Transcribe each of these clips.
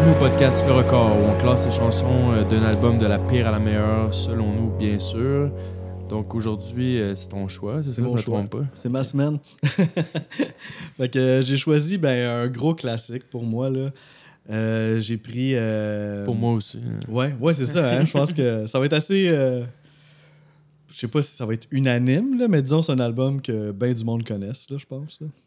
Bienvenue au podcast Le Record, où on classe les chansons d'un album de la pire à la meilleure, selon nous, bien sûr. Donc aujourd'hui, c'est ton choix, c'est ça? Mon Je me choix. trompe pas. C'est ma semaine. Fait que j'ai choisi un gros classique pour moi. Là. J'ai pris... Pour moi aussi. Ouais, c'est ça. Hein? Je pense que ça va être assez... Je sais pas si ça va être unanime, là, mais disons c'est un album que bien du monde connaisse, là, je pense. Là.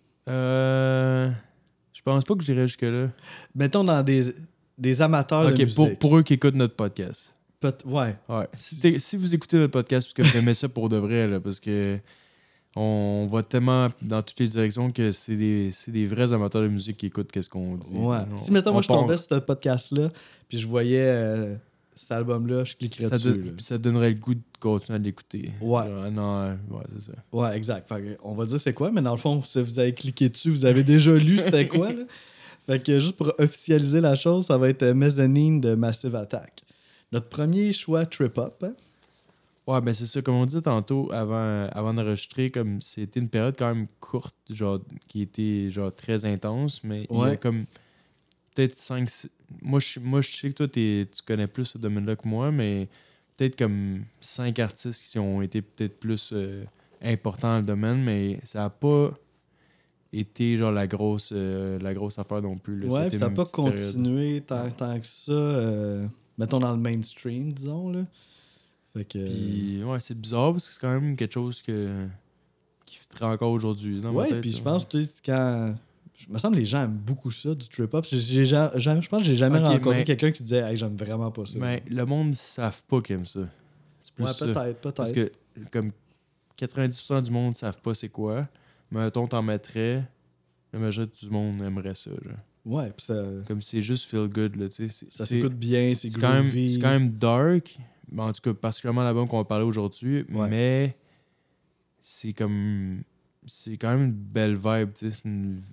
Je pense pas que j'irai jusque-là. Mettons dans des amateurs de Ok, musique. pour eux qui écoutent notre podcast. Ouais. Ouais. Si vous écoutez notre podcast, parce que vous aimez ça pour de vrai, là, parce que on va tellement dans toutes les directions que c'est des vrais amateurs de musique qui écoutent qu'est-ce qu'on dit. Ouais. Si mettons moi je tombais sur ce podcast-là, puis je voyais cet album-là, je cliquerais dessus. Là. Ça donnerait le goût de continuer à l'écouter. Ouais. Genre, non, ouais, c'est ça. Ouais, exact. Fait que on va dire c'est quoi, mais dans le fond, si vous avez cliqué dessus, vous avez déjà lu c'était quoi. Là. Fait que juste pour officialiser la chose, ça va être Mezzanine de Massive Attack. Notre premier choix trip-hop. Hein? Ouais, ben c'est ça. Comme on dit tantôt, avant d'enregistrer, comme c'était une période quand même courte, genre, qui était genre très intense, mais il y a comme peut-être 5... Moi, je sais que toi, tu connais plus ce domaine-là que moi, mais peut-être comme 5 artistes qui ont été peut-être plus importants dans le domaine, mais ça n'a pas été genre la grosse affaire non plus. Là. Ouais, C'était puis ça n'a une pas petite période. continué tant que ça, mettons dans le mainstream, disons. Là. Fait que... Puis, ouais, c'est bizarre parce que c'est quand même quelque chose qui fitterait encore aujourd'hui. Dans ma tête, puis je pense que quand... Il me semble que les gens aiment beaucoup ça, du trip-hop. Je pense que j'ai jamais rencontré quelqu'un qui disait hey, « j'aime vraiment pas ça ». Mais le monde ne savent pas qu'ils aiment ça. C'est plus ça. Peut-être. Parce que comme 90% du monde ne savent pas c'est quoi, mais mettons t'en mettrais, la majorité du monde aimerait ça. Genre. Ouais, puis ça... Comme c'est juste feel good. Là, ça s'écoute bien, c'est groovy. C'est quand même dark, mais en tout cas particulièrement l'album qu'on va parler aujourd'hui, mais c'est quand même une belle vibe. C'est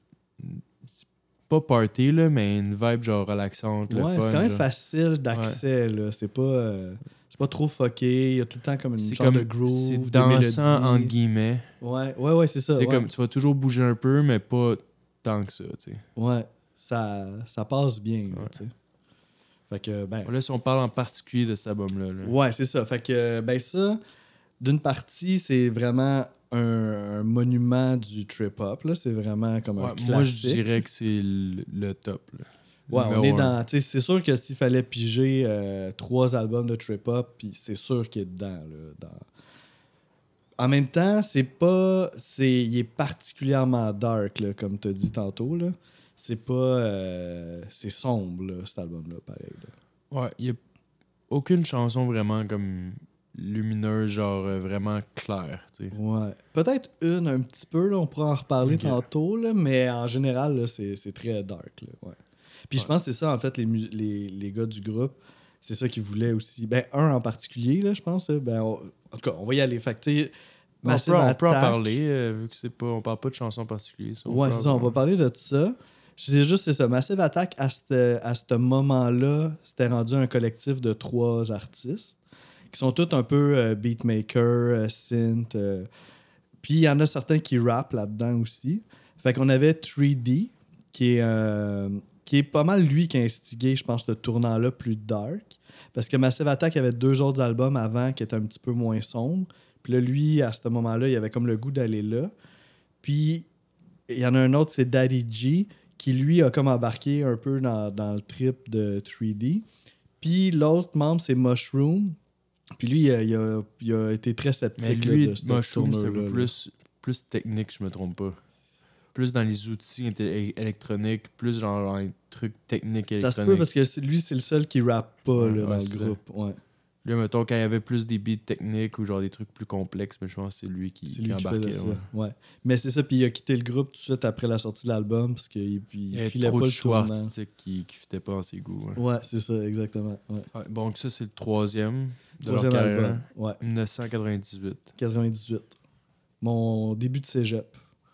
pas party, là, mais une vibe genre relaxante. Ouais, fun, c'est quand même genre. facile d'accès. Là. C'est pas trop fucké. Il y a tout le temps comme une genre de groove. C'est dansant, entre guillemets. Ouais, c'est ça. C'est comme, tu vas toujours bouger un peu, mais pas tant que ça. T'sais. Ouais, ça passe bien. Là, fait que, là, si on parle en particulier de cet album-là. Là. Ouais, c'est ça. Fait que, ça, d'une partie, c'est vraiment un monument du trip-hop. Là. C'est vraiment comme un classique. Moi, je dirais que c'est le top. Là. Ouais, on est dans... C'est sûr que s'il fallait piger 3 albums de trip-hop, puis c'est sûr qu'il est dedans. Là, En même temps, il est particulièrement dark, là, comme tu as dit tantôt. Là. C'est pas... c'est sombre, là, cet album-là, pareil. Là. Ouais, il n'y a aucune chanson vraiment comme lumineuse, genre vraiment claire. T'sais. Ouais. Peut-être une un petit peu, là, on pourra en reparler tantôt, là, mais en général, là, c'est très dark. Là, ouais. Puis je pense que c'est ça, en fait, les gars du groupe, c'est ça qu'ils voulaient aussi. Un en particulier, là, je pense. En tout cas, on va y aller. Fait que, on peut en parler, vu que c'est pas, on parle pas de chansons particulières. Ouais, c'est ça, on va parler de ça. Je disais juste, c'est ça. Massive Attack, à ce moment-là, c'était rendu un collectif de 3 artistes qui sont tous un peu beatmaker, synth. Puis il y en a certains qui rappent là-dedans aussi. Fait qu'on avait 3D, qui est pas mal lui qui a instigé, je pense, ce tournant-là plus dark. Parce que Massive Attack avait 2 autres albums avant qui étaient un petit peu moins sombres. Puis là, lui, à ce moment-là, il avait comme le goût d'aller là. Puis il y en a un autre, c'est Daddy G, qui lui a comme embarqué un peu dans le trip de 3D. Puis l'autre membre, c'est Mushroom. Puis lui, il a été très sceptique. Mais lui, là, de Mushroom, c'est un peu plus technique, je me trompe pas. Plus dans les outils électroniques, plus dans les trucs techniques électroniques. Ça se peut parce que lui, c'est le seul qui rappe pas là, dans le groupe. Ouais. Là, mettons, quand il y avait plus des beats techniques ou genre des trucs plus complexes, mais je pense que c'est lui qui embarquait. Ça. Ouais. Mais c'est ça, puis il a quitté le groupe tout de suite après la sortie de l'album parce qu'il filait pas le choix artistique qui fitait pas dans ses goûts. Ouais, c'est ça, exactement. Ouais. Bon, ça, c'est le 3e de leur carrière. Album. Ouais. 1998. 98. Mon début de cégep.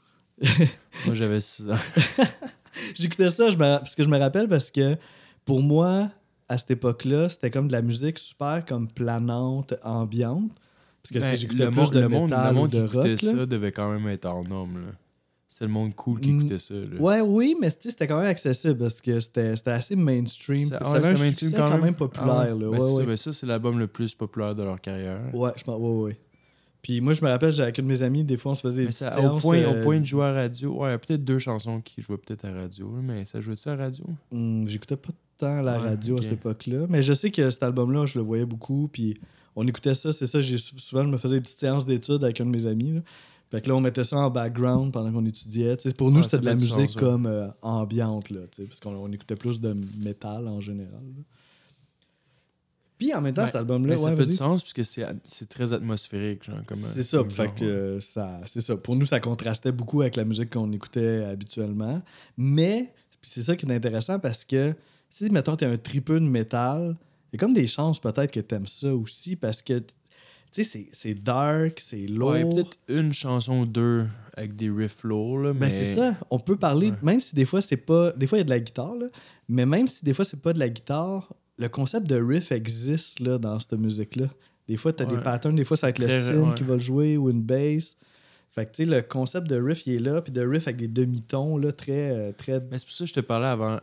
Moi, j'avais 6 ans. J'écoutais ça parce que je me rappelle parce que pour moi, à cette époque-là, c'était comme de la musique super comme planante, ambiante. Parce que j'écoutais plus de métal ou de rock. Ça devait quand même être en homme. Là. c'était le monde cool qui écoutait ça. Là. Ouais, oui, mais c'était quand même accessible parce que c'était assez mainstream. Ça avait un succès quand même populaire. Là. Ça, c'est l'album le plus populaire de leur carrière. Ouais, je pense. Ouais. Puis moi, je me rappelle, avec un de mes amis, des fois, on se faisait des petites séances. Au point de jouer à radio, ouais, il y a peut-être 2 chansons qui jouaient peut-être à radio, mais ça jouait-tu à radio? J'écoutais pas tant la radio à cette époque-là. Mais je sais que cet album-là, je le voyais beaucoup. Puis on écoutait ça, c'est ça. Souvent, je me faisais des petites séances d'études avec un de mes amis. Là. Fait que là, on mettait ça en background pendant qu'on étudiait. T'sais, pour nous, c'était de la musique comme ambiante, là, parce qu'on écoutait plus de métal en général. Là. Puis en même temps, cet album-là... ça fait du sens puisque c'est très atmosphérique. Genre, c'est ça. Fait que c'est ça. Pour nous, ça contrastait beaucoup avec la musique qu'on écoutait habituellement. Mais c'est ça qui est intéressant parce que si, mettons, t'es un tripeux de métal, il y a comme des chances peut-être que t'aimes ça aussi parce que... Tu sais, c'est dark, c'est lourd. Ouais, peut-être une chanson ou 2 avec des riffs lourds, là, mais... Ben c'est ça. On peut parler... Même si des fois, c'est pas... Des fois, il y a de la guitare, là. Mais même si des fois, c'est pas de la guitare, le concept de riff existe, là, dans cette musique-là. Des fois, t'as des patterns. Des fois, ça va être le synth qui va le jouer ou une bass. Fait que, tu sais, le concept de riff, il est là. Puis de riff avec des demi-tons, là, très... Mais c'est pour ça que je te parlais avant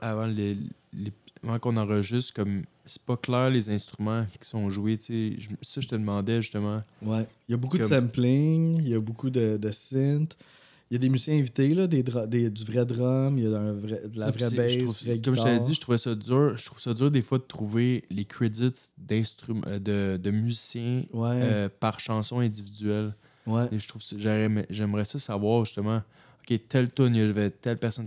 qu'on enregistre, comme c'est pas clair les instruments qui sont joués, tu sais. Ça, je te demandais justement. Ouais. Il y a beaucoup de sampling, il y a beaucoup de synth. Il y a des musiciens invités, là, du vrai drum, il y a de la vraie bass, comme je t'avais dit, je trouvais ça dur. Je trouve ça dur des fois de trouver les credits de musiciens par chanson individuelle. Ouais. Et je trouve j'aimerais ça savoir justement. OK, telle tune, il y avait telle personne.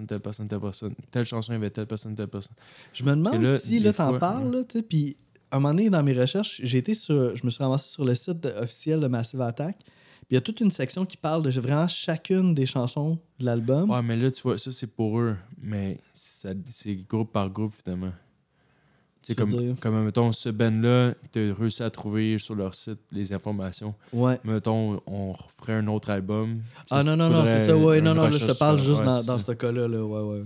Telle chanson, il y avait telle personne. Je me demande si, là, t'en parles, là, tu sais, puis à un moment donné, dans mes recherches, je me suis ramassé sur le site officiel de Massive Attack, puis il y a toute une section qui parle de vraiment chacune des chansons de l'album. Ouais, mais là, tu vois, ça, c'est pour eux, mais c'est groupe par groupe, finalement. C'est comme, mettons, ce band-là, tu as réussi à trouver sur leur site les informations. Ouais. Mettons, on ferait un autre album. Non, c'est ça, ouais. Non, là, je te parle juste dans ce cas-là, là. Ouais.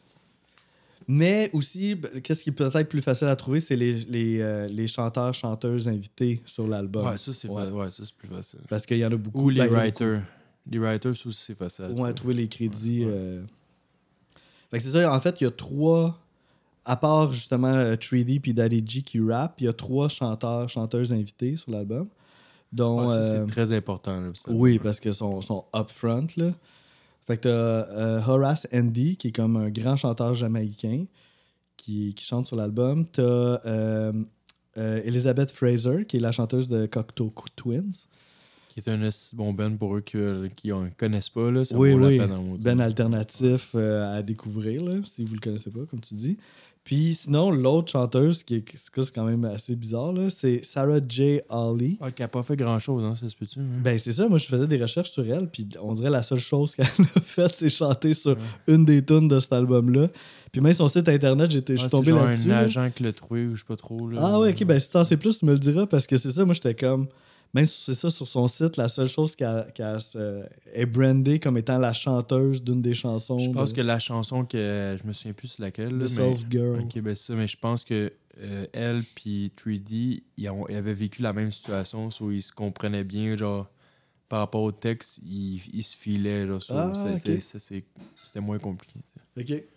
Mais aussi, qu'est-ce qui est peut-être plus facile à trouver, c'est les chanteurs, chanteuses invités sur l'album. Ouais, ça, c'est plus facile. Parce qu'il y en a beaucoup. Ou les writers. Les writers, ça aussi, c'est facile à trouver. Ouais, trouver les crédits. Fait que c'est ça, en fait, il y a 3... À part justement 3D puis Daddy G qui rap, il y a 3 chanteurs, chanteuses invités sur l'album. Dont, ça, c'est très important. Là, oui, parce qu'ils sont upfront. Là. Fait que t'as Horace Andy, qui est comme un grand chanteur jamaïcain qui chante sur l'album. T'as Elizabeth Fraser, qui est la chanteuse de Cocteau Twins. Qui est un bon band pour eux qui ne connaissent pas. Là, ça vaut la peine en maudit. Ben alternatif à découvrir, là, si vous le connaissez pas, comme tu dis. Puis sinon, l'autre chanteuse, c'est quand même assez bizarre, là, c'est Sarah J. Holly. Qui n'a pas fait grand-chose, hein, ça se peut-tu? Hein? Ben c'est ça, moi je faisais des recherches sur elle, puis on dirait la seule chose qu'elle a faite, c'est chanter sur une des tunes de cet album-là. Puis même son site internet, je suis tombé là-dessus. C'est un agent qui l'a trouvé, ou je sais pas trop. Là, ah ouais, ok, ben si t'en sais plus, tu me le diras, parce que c'est ça, moi j'étais comme... Même si c'est ça, sur son site, la seule chose qu'elle est brandée comme étant la chanteuse d'une des chansons. Je pense que la chanson que je me souviens plus c'est laquelle. The Soft Girl. Ok, ben ça, mais je pense que elle puis 3D, ils avaient vécu la même situation, so ils se comprenaient bien, genre par rapport au texte, ils se filaient, genre. C'était moins compliqué. T'sais. Ok.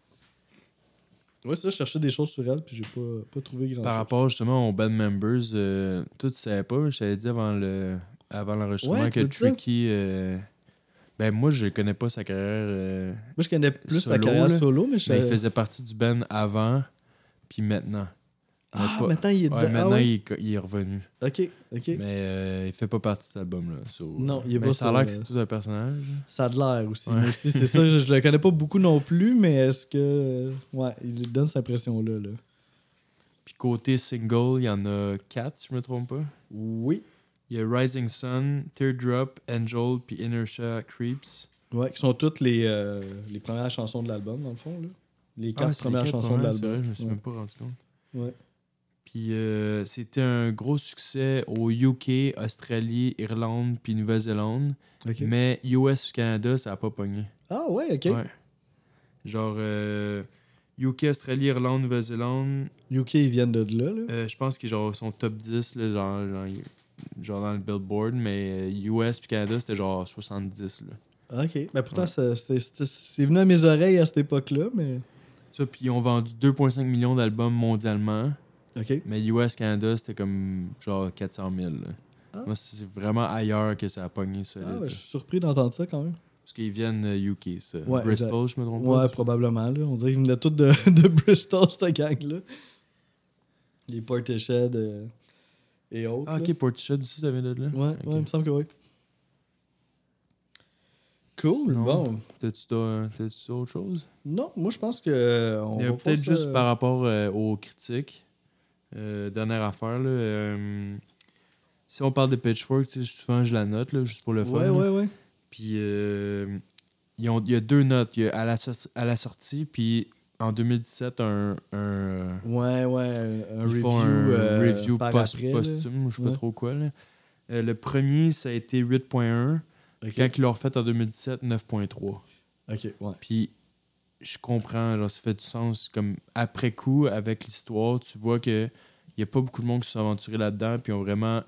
Ouais, ça, je cherchais des choses sur elle, puis j'ai pas trouvé grand-chose. Par rapport justement aux band members, toi, tu savais pas, je t'avais dit avant l'enregistrement que Tricky. Ben, moi, je connais pas sa carrière. Moi, je connais plus solo, sa carrière solo, mais il faisait partie du band avant, puis maintenant. Maintenant, il est dedans. Maintenant, il est revenu. OK. Mais il fait pas partie de cet album-là. Non, il est pas. Mais ça a l'air que c'est tout un personnage. Ça a de l'air aussi. Moi aussi, c'est ça. Je le connais pas beaucoup non plus, mais est-ce que... Ouais, il donne cette impression-là. Là. Puis côté single, il y en a 4, si je me trompe pas. Oui. Il y a Rising Sun, Teardrop, Angel, puis Inertia Creeps. Ouais, qui sont toutes les premières chansons de l'album, dans le fond. Là. Les 4 premières chansons de l'album. C'est vrai, je me suis même pas rendu compte. Ouais. Puis c'était un gros succès au UK, Australie, Irlande puis Nouvelle-Zélande. Okay. Mais US et Canada, ça a pas pogné. Ah ouais, OK. Ouais. Genre UK, Australie, Irlande, Nouvelle-Zélande. UK, ils viennent de là. Je pense qu'ils sont top 10 là, genre dans le Billboard, mais US et Canada, c'était genre 70. Là. OK. Ben pourtant, c'est venu à mes oreilles à cette époque-là, mais... Ça, puis ils ont vendu 2,5 millions d'albums mondialement. OK. Mais US, Canada, c'était comme genre 400 000. Là. Ah. Moi, c'est vraiment ailleurs que ça a pogné ça. Ah, ben, je suis surpris d'entendre ça quand même. Parce qu'ils viennent UK, ça. Ouais, Bristol, je me trompe pas. Ouais, probablement. Là. On dirait qu'ils venaient tous de Bristol, cette gang-là. Les Portishead et autres. Ah, ok, Portishead aussi, ça vient de là. Ouais, okay. Ouais, il me semble que oui. Cool, sinon, bon. T'as-tu autre chose? Non, moi je pense que Il y a peut-être juste par rapport aux critiques. Dernière affaire, là. Si on parle de Pitchfork, souvent je la note, là, juste pour le fun. Ouais. Puis il y a 2 notes. Il y a à la sortie, puis en 2017, un review posthume, je sais pas trop quoi. Là. Le premier, ça a été 8.1. Okay. Quand ils l'ont refait en 2017, 9.3. OK, ouais. Puis je comprends, genre, ça fait du sens. Comme après coup, avec l'histoire, tu vois que il n'y a pas beaucoup de monde qui se sont aventurés là-dedans, puis ils ont vraiment...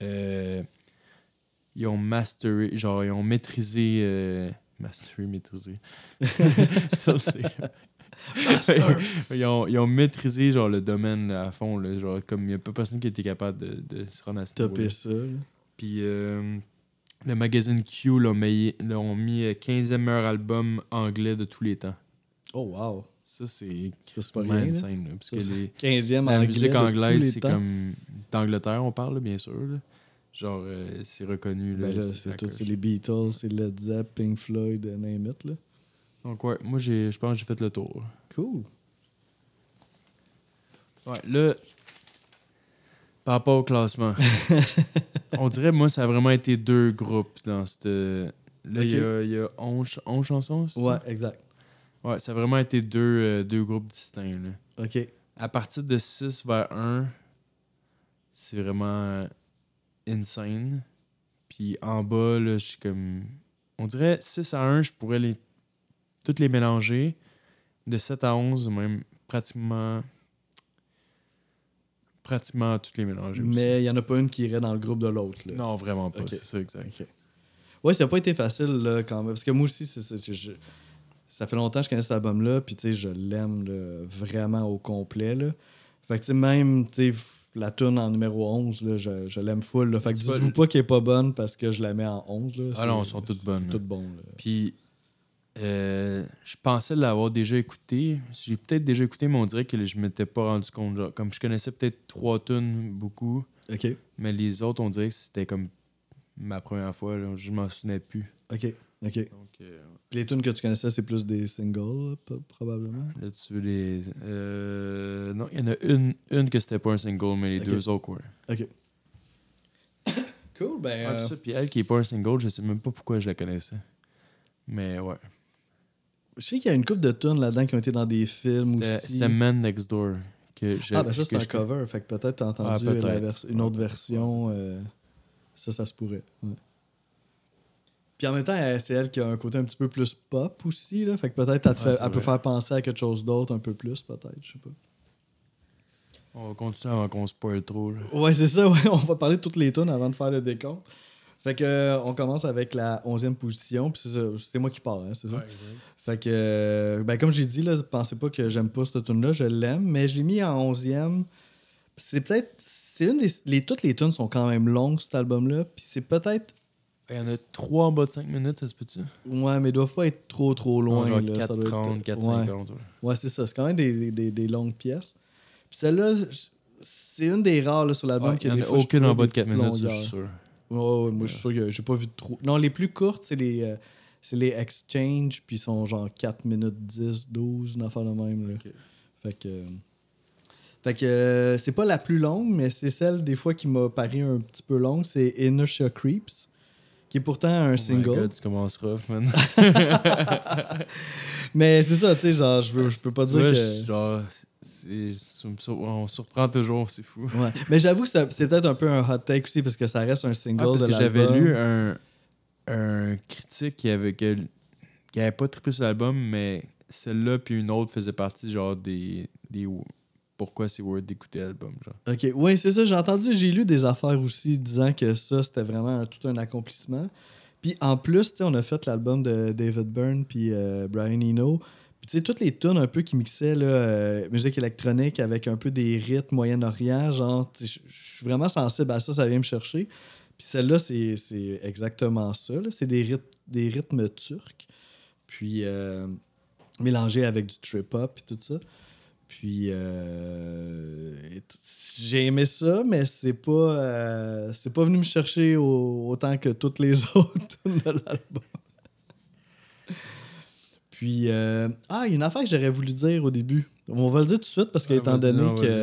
ils ont masteré, genre, ils ont maîtrisé... maîtrisé. Ça, c'est... ils ont maîtrisé, genre, le domaine là, à fond, là, genre, comme il n'y a pas personne qui a été capable de se rendre à ce niveau-là. Topper ça. Puis... le magazine Q l'ont mis 15e meilleur album anglais de tous les temps. Oh, wow. Ça, c'est pas rien. Insane, là, parce que 15e la musique anglaise, c'est temps. comme... D'Angleterre, on parle, là, bien sûr. Là. Genre, c'est reconnu. Là, c'est les Beatles, c'est Led Zeppelin, Pink Floyd, name it, là. Donc, ouais, moi, je pense que j'ai fait le tour. Cool. Ouais, là... Par rapport au classement, on dirait, moi, ça a vraiment été 2 groupes dans cette... Là, il y a 11 chansons, c'est ouais, ça? exact. Ouais, ça a vraiment été 2 groupes distincts. Là. OK. À partir de 6 vers 1, c'est vraiment insane. Puis en bas, là, je suis comme... On dirait 6 à 1, je pourrais toutes les mélanger. De 7 à 11, même pratiquement toutes les mélanger aussi. Mais il n'y en a pas une qui irait dans le groupe de l'autre. Là. Non, vraiment pas. Okay. C'est ça, exact. Okay. Ouais, ça n'a pas été facile là, quand même. Parce que moi aussi, ça fait longtemps que je connais cet album-là. Puis, tu sais, je l'aime là, vraiment au complet. Là. Fait que, tu sais, même, tu sais, la tune en numéro 11, là, je l'aime full. Là. Fait que dites-vous pas qu'elle est pas bonne parce que je la mets en 11. Là. Ah non, elles sont toutes bonnes. Toutes bonnes. Puis, je pensais l'avoir déjà écouté. J'ai peut-être déjà écouté, mais on dirait que je m'étais pas rendu compte. Genre, comme je connaissais peut-être 3 tunes beaucoup. OK. Mais les autres, on dirait que c'était comme ma première fois. Là, je m'en souvenais plus. OK. Donc, les tunes que tu connaissais, c'est plus des singles, là, probablement? Là, tu veux les... non, il y en a une que c'était pas un single, mais les 2 autres, ouais. OK. Cool, ben... ça, puis elle qui est pas un single, je sais même pas pourquoi je la connaissais. Mais ouais. Je sais qu'il y a une couple de tunes là-dedans qui ont été dans des films aussi. C'était Man Next Door. Ben ça, c'est un cover. Fait que peut-être t'as entendu une autre version. Ça se pourrait. Ouais. Puis en même temps, c'est elle qui a un côté un petit peu plus pop aussi. Là. Fait que peut-être elle peut faire penser à quelque chose d'autre un peu plus, peut-être. Je sais pas. On va continuer avant qu'on spoil trop. Là. Ouais, c'est ça. Ouais. On va parler de toutes les tunes avant de faire le décompte. Fait que on commence avec la 11e position. Puis c'est moi qui parle, hein, c'est ça? Ouais, exact. Fait que, comme j'ai dit, là, pensez pas que j'aime pas cette tune-là. Je l'aime, mais je l'ai mis en 11e. C'est peut-être... toutes les tunes sont quand même longues, cet album-là. Puis c'est peut-être... Il y en a 3 en bas de 5 minutes, ça se peut-tu? Ouais, mais ils doivent pas être trop loin. Genre là. 4,30, 4,50. Ouais, c'est ça. C'est quand même des longues pièces. Puis celle-là, c'est une des rares là, sur l'album qui a des fois... Il n'y en a aucune en bas de 4 minutes, je suis sûr. Ouais, moi, je suis sûr que j'ai pas vu trop... Non, les plus courtes, c'est les Exchange, puis ils sont genre 4 minutes 10, 12, une affaire de même. Là. Okay. Fait que c'est pas la plus longue, mais c'est celle des fois qui m'a paru un petit peu longue. C'est Inertia Creeps, qui est pourtant un single. My God, tu commences rough, man. Mais c'est ça, tu sais, genre, je peux pas dire que... Genre, on surprend toujours, c'est fou. Ouais. Mais j'avoue que c'est peut-être un peu un hot take aussi, parce que ça reste un single de l'album. J'avais lu un critique qui avait pas trippé sur l'album, mais celle-là puis une autre faisait partie genre des pourquoi c'est worth d'écouter l'album, genre. OK, oui, c'est ça, j'ai lu des affaires aussi disant que ça, c'était vraiment tout un accomplissement. Puis en plus, on a fait l'album de David Byrne puis Brian Eno. Puis tu sais, toutes les tunes un peu qui mixaient là, musique électronique avec un peu des rythmes Moyen-Orient, genre, je suis vraiment sensible à ça, ça vient me chercher. Puis celle-là, c'est exactement ça. Là. C'est des rythmes turcs. Puis mélangés avec du trip-hop et tout ça. Puis j'ai aimé ça, mais c'est pas venu me chercher autant que toutes les autres de l'album. Puis il y a une affaire que j'aurais voulu dire au début. On va le dire tout de suite parce qu'étant donné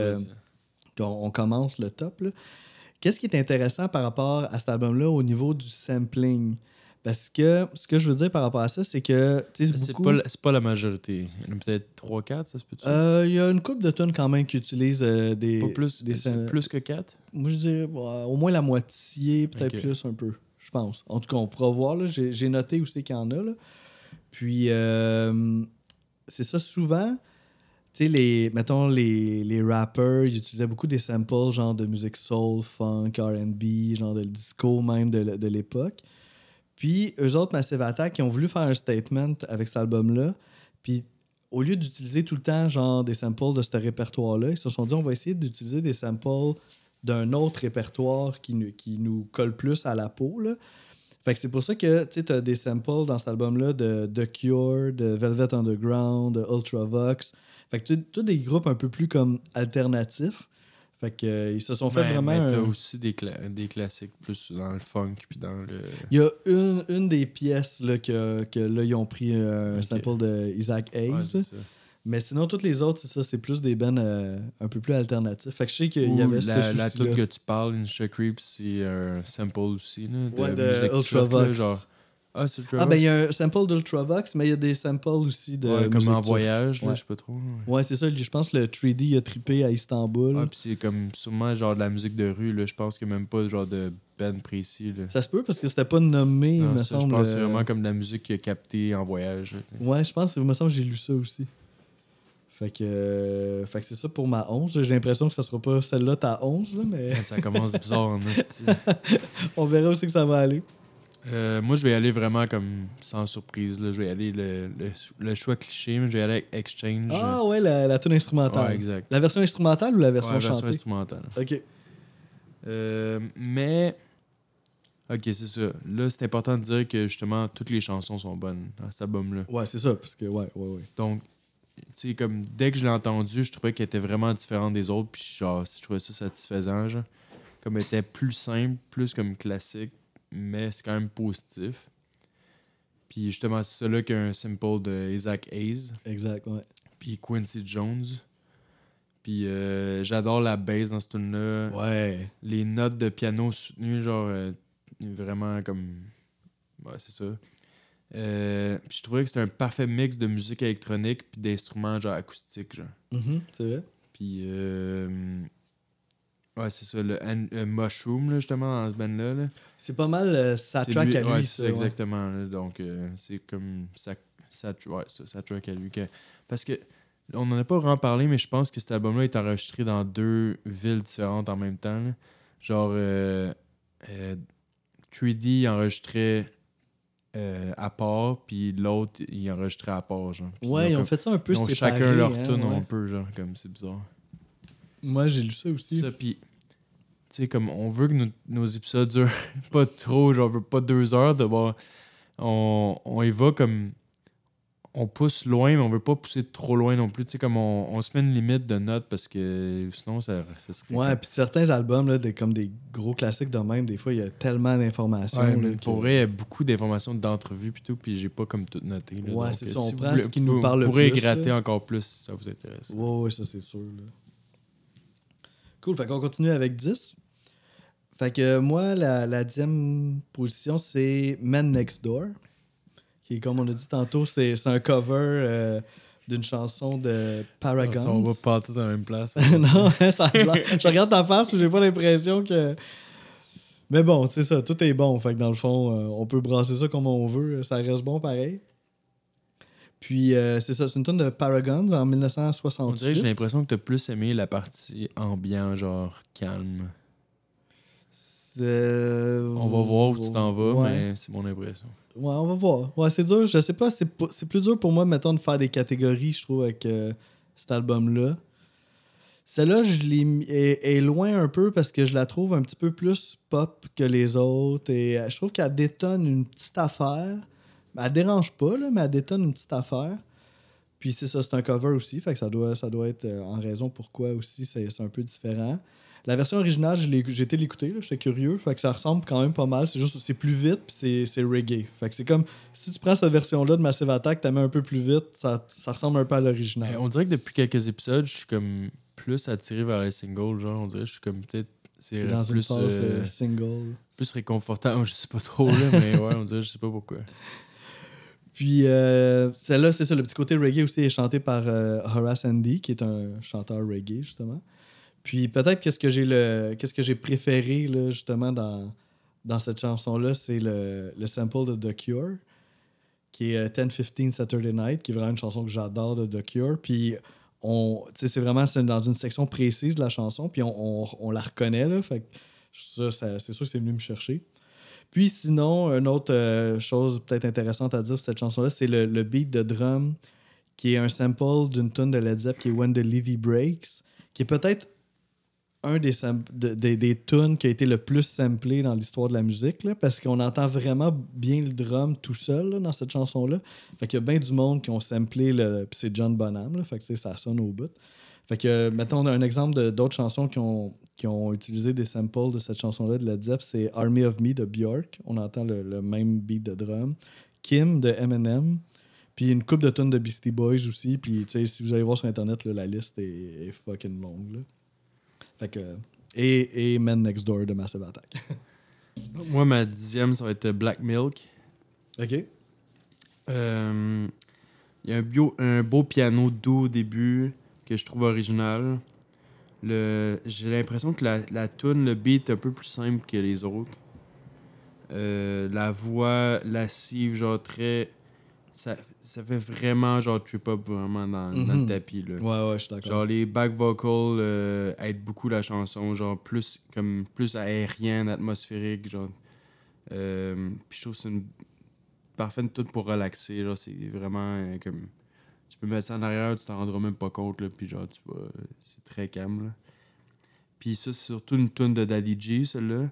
qu'on commence le top, là, qu'est-ce qui est intéressant par rapport à cet album-là au niveau du sampling? Parce que ce que je veux dire par rapport à ça, c'est que... C'est pas la majorité. Il y en a peut-être 3-4, ça se peut-tu? Il y a une couple de tunes quand même qui utilisent des... Pas plus, plus que 4? Moi, je dirais au moins la moitié, peut-être plus un peu, je pense. En tout cas, on pourra voir. Là. J'ai noté où c'est qu'il y en a. Là. Puis, c'est ça, souvent... Tu sais, mettons, les rappers, ils utilisaient beaucoup des samples, genre de musique soul, funk, R&B, genre de disco même de l'époque. Puis, eux autres, Massive Attack, ils ont voulu faire un statement avec cet album-là. Puis, au lieu d'utiliser tout le temps, genre, des samples de ce répertoire-là, ils se sont dit, on va essayer d'utiliser des samples d'un autre répertoire qui nous colle plus à la peau, là. Fait que c'est pour ça que, tu sais, t'as des samples dans cet album-là de The Cure, de Velvet Underground, de Ultravox. Fait que tous des groupes un peu plus comme alternatifs. Fait que ils se sont fait vraiment... Mais t'as aussi des classiques plus dans le funk puis dans le... Il y a une des pièces là, que là, ils ont pris un sample de Isaac Hayes. Ouais, c'est ça. Mais sinon, toutes les autres, c'est ça, c'est plus des bands un peu plus alternatifs. Fait que je sais qu'il y avait la tune que tu parles, Insha Creep, c'est un sample aussi là, de musique Ultravox. Genre... Ah, c'est Ultravox? Ah, ben il y a un sample d'Ultravox, mais il y a des samples aussi de musique comme en turque. voyage, là, je sais pas trop. Ouais, c'est ça. Je pense que le 3D a trippé à Istanbul. Ah, puis c'est comme sûrement genre de la musique de rue, là. Je pense qu'il n'y a même pas genre de band précis, là. Ça se peut parce que c'était pas nommé, non, me ça, semble. Je pense que c'est vraiment comme de la musique qu'il a captée en voyage. Là, ouais, je pense, il me semble que j'ai lu ça aussi. Fait que c'est ça pour ma 11. J'ai l'impression que ça sera pas celle-là ta 11, là, mais... Ça commence bizarre en esti. On verra où c'est que ça va aller. Moi, je vais y aller vraiment comme sans surprise. Là. Je vais y aller le choix cliché, mais je vais y aller avec Exchange. Ah ouais, la tune instrumentale. Ouais, exact. La version instrumentale ou la version chantée? La version instrumentale. OK. Mais... OK, c'est ça. Là, c'est important de dire que, justement, toutes les chansons sont bonnes dans cet album-là. Ouais, c'est ça, parce que... Ouais. Donc, tu sais, comme dès que je l'ai entendu, je trouvais qu'elle était vraiment différente des autres, puis genre, je trouvais ça satisfaisant, genre. Comme elle était plus simple, plus comme classique, mais c'est quand même positif. Puis justement, c'est ça là qu'il y a un sample de Isaac Hayes. Exact, ouais. Puis Quincy Jones. Puis j'adore la bass dans ce tune-là. Ouais. Les notes de piano soutenues, genre, vraiment comme... Ouais, c'est ça. Puis je trouvais que c'était un parfait mix de musique électronique puis d'instruments genre acoustiques, genre. C'est vrai. Puis... ouais, c'est ça, le Mushroom, là, justement, dans ce band-là. Là. C'est pas mal sa track à lui, ouais, ça. C'est exactement. Là, donc, c'est comme sa track à lui. Parce que, on n'en a pas vraiment parlé, mais je pense que cet album-là est enregistré dans 2 villes différentes en même temps. Là. Genre, 3D enregistrait à part, puis l'autre, il enregistrait à part, genre. Puis ouais, ils ont fait ça un peu séparé. Chacun leur tune un peu, genre, comme c'est bizarre. Moi, j'ai lu ça aussi. Ça, puis, tu sais, comme on veut que nos épisodes durent pas trop, genre, pas 2 heures, d'abord, on y va comme. On pousse loin, mais on veut pas pousser trop loin non plus. Tu sais, comme on se met une limite de notes parce que sinon, ça serait. Ouais, puis certains albums, là, comme des gros classiques de même, des fois, il y a tellement d'informations. Ouais, mais pour vrai, il y a beaucoup d'informations d'entrevues, puis tout, puis j'ai pas comme tout noté. Là, ouais, donc, c'est ça. On si prend ce qui nous parle le plus. Vous pourrez gratter encore plus si ça vous intéresse. Ouais, ça, c'est sûr. Là. Cool, fait qu'on continue avec 10. Fait que moi, la 10e position, c'est Man Next Door. Qui, comme on a dit tantôt, c'est un cover d'une chanson de Paragons. On va pas tout dans la même place. non, ça je regarde ta face, mais j'ai pas l'impression que... Mais bon, c'est ça, tout est bon. Fait que dans le fond, on peut brasser ça comme on veut. Ça reste bon pareil. Puis, c'est ça, c'est une tune de Paragons en 1968. On dirait que j'ai l'impression que t'as plus aimé la partie ambiant, genre calme. On On va voir où tu t'en vas, ouais. mais c'est mon impression. Ouais, on va voir. Ouais, c'est dur. Je sais pas, c'est plus dur pour moi, mettons, de faire des catégories, je trouve, avec cet album-là. Celle-là, est loin un peu parce que je la trouve un petit peu plus pop que les autres. Et je trouve qu'elle détonne une petite affaire. Elle dérange pas, là, mais elle détonne une petite affaire. Puis c'est ça, c'est un cover aussi. Fait que ça doit être en raison pourquoi aussi c'est un peu différent. La version originale, j'ai été l'écouter, là, j'étais curieux. Fait que ça ressemble quand même pas mal. C'est plus vite, puis c'est reggae. Fait que c'est comme si tu prends cette version-là de Massive Attack, tu la mets un peu plus vite, ça ressemble un peu à l'original. On dirait que depuis quelques épisodes, je suis comme plus attiré vers les singles. Genre, on dirait que je suis comme peut-être. C'est dans plus, une phase single. Plus réconfortant. Je sais pas trop, là, mais ouais, on dirait, je sais pas pourquoi. Puis celle-là, c'est ça, le petit côté reggae aussi est chanté par Horace Andy, qui est un chanteur reggae, justement. Puis peut-être qu'est-ce que j'ai préféré, là, justement, dans cette chanson-là, c'est le sample de The Cure, qui est 10-15 Saturday Night, qui est vraiment une chanson que j'adore de The Cure. Puis c'est vraiment dans une section précise de la chanson, puis on la reconnaît, là. Fait que c'est sûr que c'est venu me chercher. Puis sinon, une autre chose peut-être intéressante à dire sur cette chanson-là, c'est le beat de drum qui est un sample d'une tune de Led Zepp qui est When the Levee Breaks, qui est peut-être un des tunes qui a été le plus samplé dans l'histoire de la musique, là, parce qu'on entend vraiment bien le drum tout seul là, dans cette chanson-là. Fait qu'il y a bien du monde qui ont samplé, puis c'est John Bonham, là, fait que ça sonne au bout. Fait que, mettons, un exemple d'autres chansons qui ont utilisé des samples de cette chanson-là de Led Zepp, c'est Army of Me de Björk. On entend le même beat de drum. Kim de Eminem. Puis une couple de tonnes de Beastie Boys aussi. Puis, tu sais, si vous allez voir sur Internet, là, la liste est fucking longue. Là. Fait que... Et Men Next Door de Massive Attack. Moi, ma 10e, ça va être Black Milk. OK. Il y a un beau piano doux au début que je trouve original. J'ai l'impression que la tune, le beat est un peu plus simple que les autres. La voix lascive, genre très... Ça fait vraiment genre trip-up vraiment dans le tapis. Là. Ouais, je suis d'accord. Genre les back vocals aident beaucoup la chanson, genre plus aérien, atmosphérique. Genre. Puis je trouve que c'est une parfaite tune pour relaxer. Genre, c'est vraiment comme... Tu peux mettre ça en arrière, tu t'en rendras même pas compte, là, puis genre, tu vois, c'est très calme, là. Puis ça, c'est surtout une tune de Daddy G, celle-là.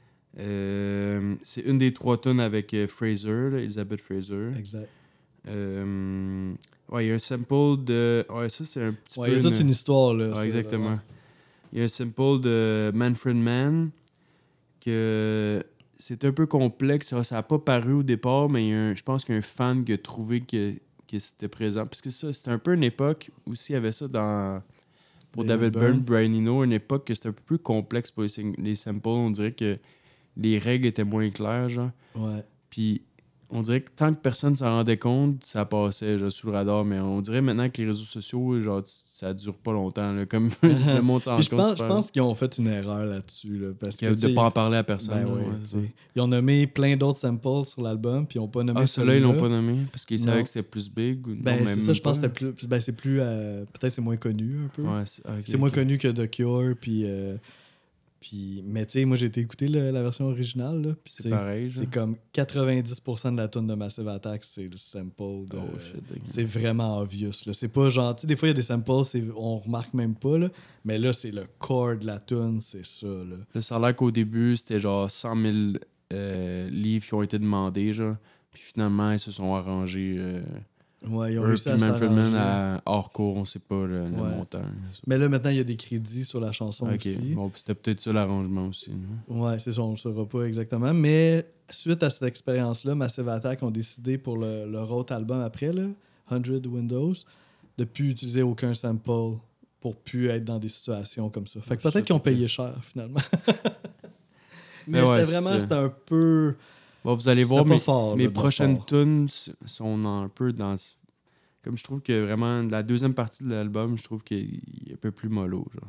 C'est une des 3 tunes avec Fraser, là, Elizabeth Fraser. Exact. Ouais, il y a un sample de... Ouais, ça, c'est un petit peu... Il y a toute une histoire, là. Ouais, exactement. Ouais. Il y a un sample de Manfred Mann que... C'est un peu complexe. Ça n'a pas paru au départ, mais je pense qu'il y a un fan qui a trouvé que c'était présent. Parce que ça, c'était un peu une époque aussi, il y avait ça pour David Byrne, Brian Eno, une époque que c'était un peu plus complexe pour les samples. On dirait que les règles étaient moins claires, genre. Ouais. Puis on dirait que tant que personne s'en rendait compte, ça passait genre, sous le radar. Mais on dirait maintenant que les réseaux sociaux, genre, ça dure pas longtemps. Là, comme le monde s'en rend compte. Je pense qu'ils ont fait une erreur là-dessus. Là, parce que, de pas en parler à personne. Ben ils ont nommé plein d'autres samples sur l'album, puis ils n'ont pas nommé celui-là. Ils l'ont pas nommé parce qu'ils savaient que c'était plus big. Ou ben, non, c'est ça, je pense que c'était plus. Ben, c'est plus. Peut-être c'est moins connu un peu. Ouais, c'est moins connu que The Cure, puis. Mais tu sais, moi j'ai été écouter la version originale. Là, c'est pareil. C'est comme 90% de la tune de Massive Attack, c'est le sample. C'est vraiment obvious. Là. C'est pas genre. Tu sais, des fois il y a des samples, on remarque même pas. Là, mais là, c'est le core de la tune, c'est ça. Là. Ça a l'air qu'au début, c'était genre 100 000 livres qui ont été demandés. Genre. Puis finalement, ils se sont arrangés. Ouais, ils ont réussi à s'arranger. À hors cours, on sait pas le montant. Mais là, maintenant, il y a des crédits sur la chanson aussi. Bon, c'était peut-être ça l'arrangement aussi. Ouais, c'est ça, on le saura pas exactement. Mais suite à cette expérience-là, Massive Attack ont décidé pour leur autre album après, là, 100 Windows, de plus utiliser aucun sample pour plus être dans des situations comme ça. Fait que peut-être qu'ils ont payé cher, finalement. Mais c'était un peu... Bon, vous allez voir, mes prochaines tunes sont un peu dans... Comme je trouve que vraiment, la deuxième partie de l'album, je trouve qu'il est un peu plus mollo, genre.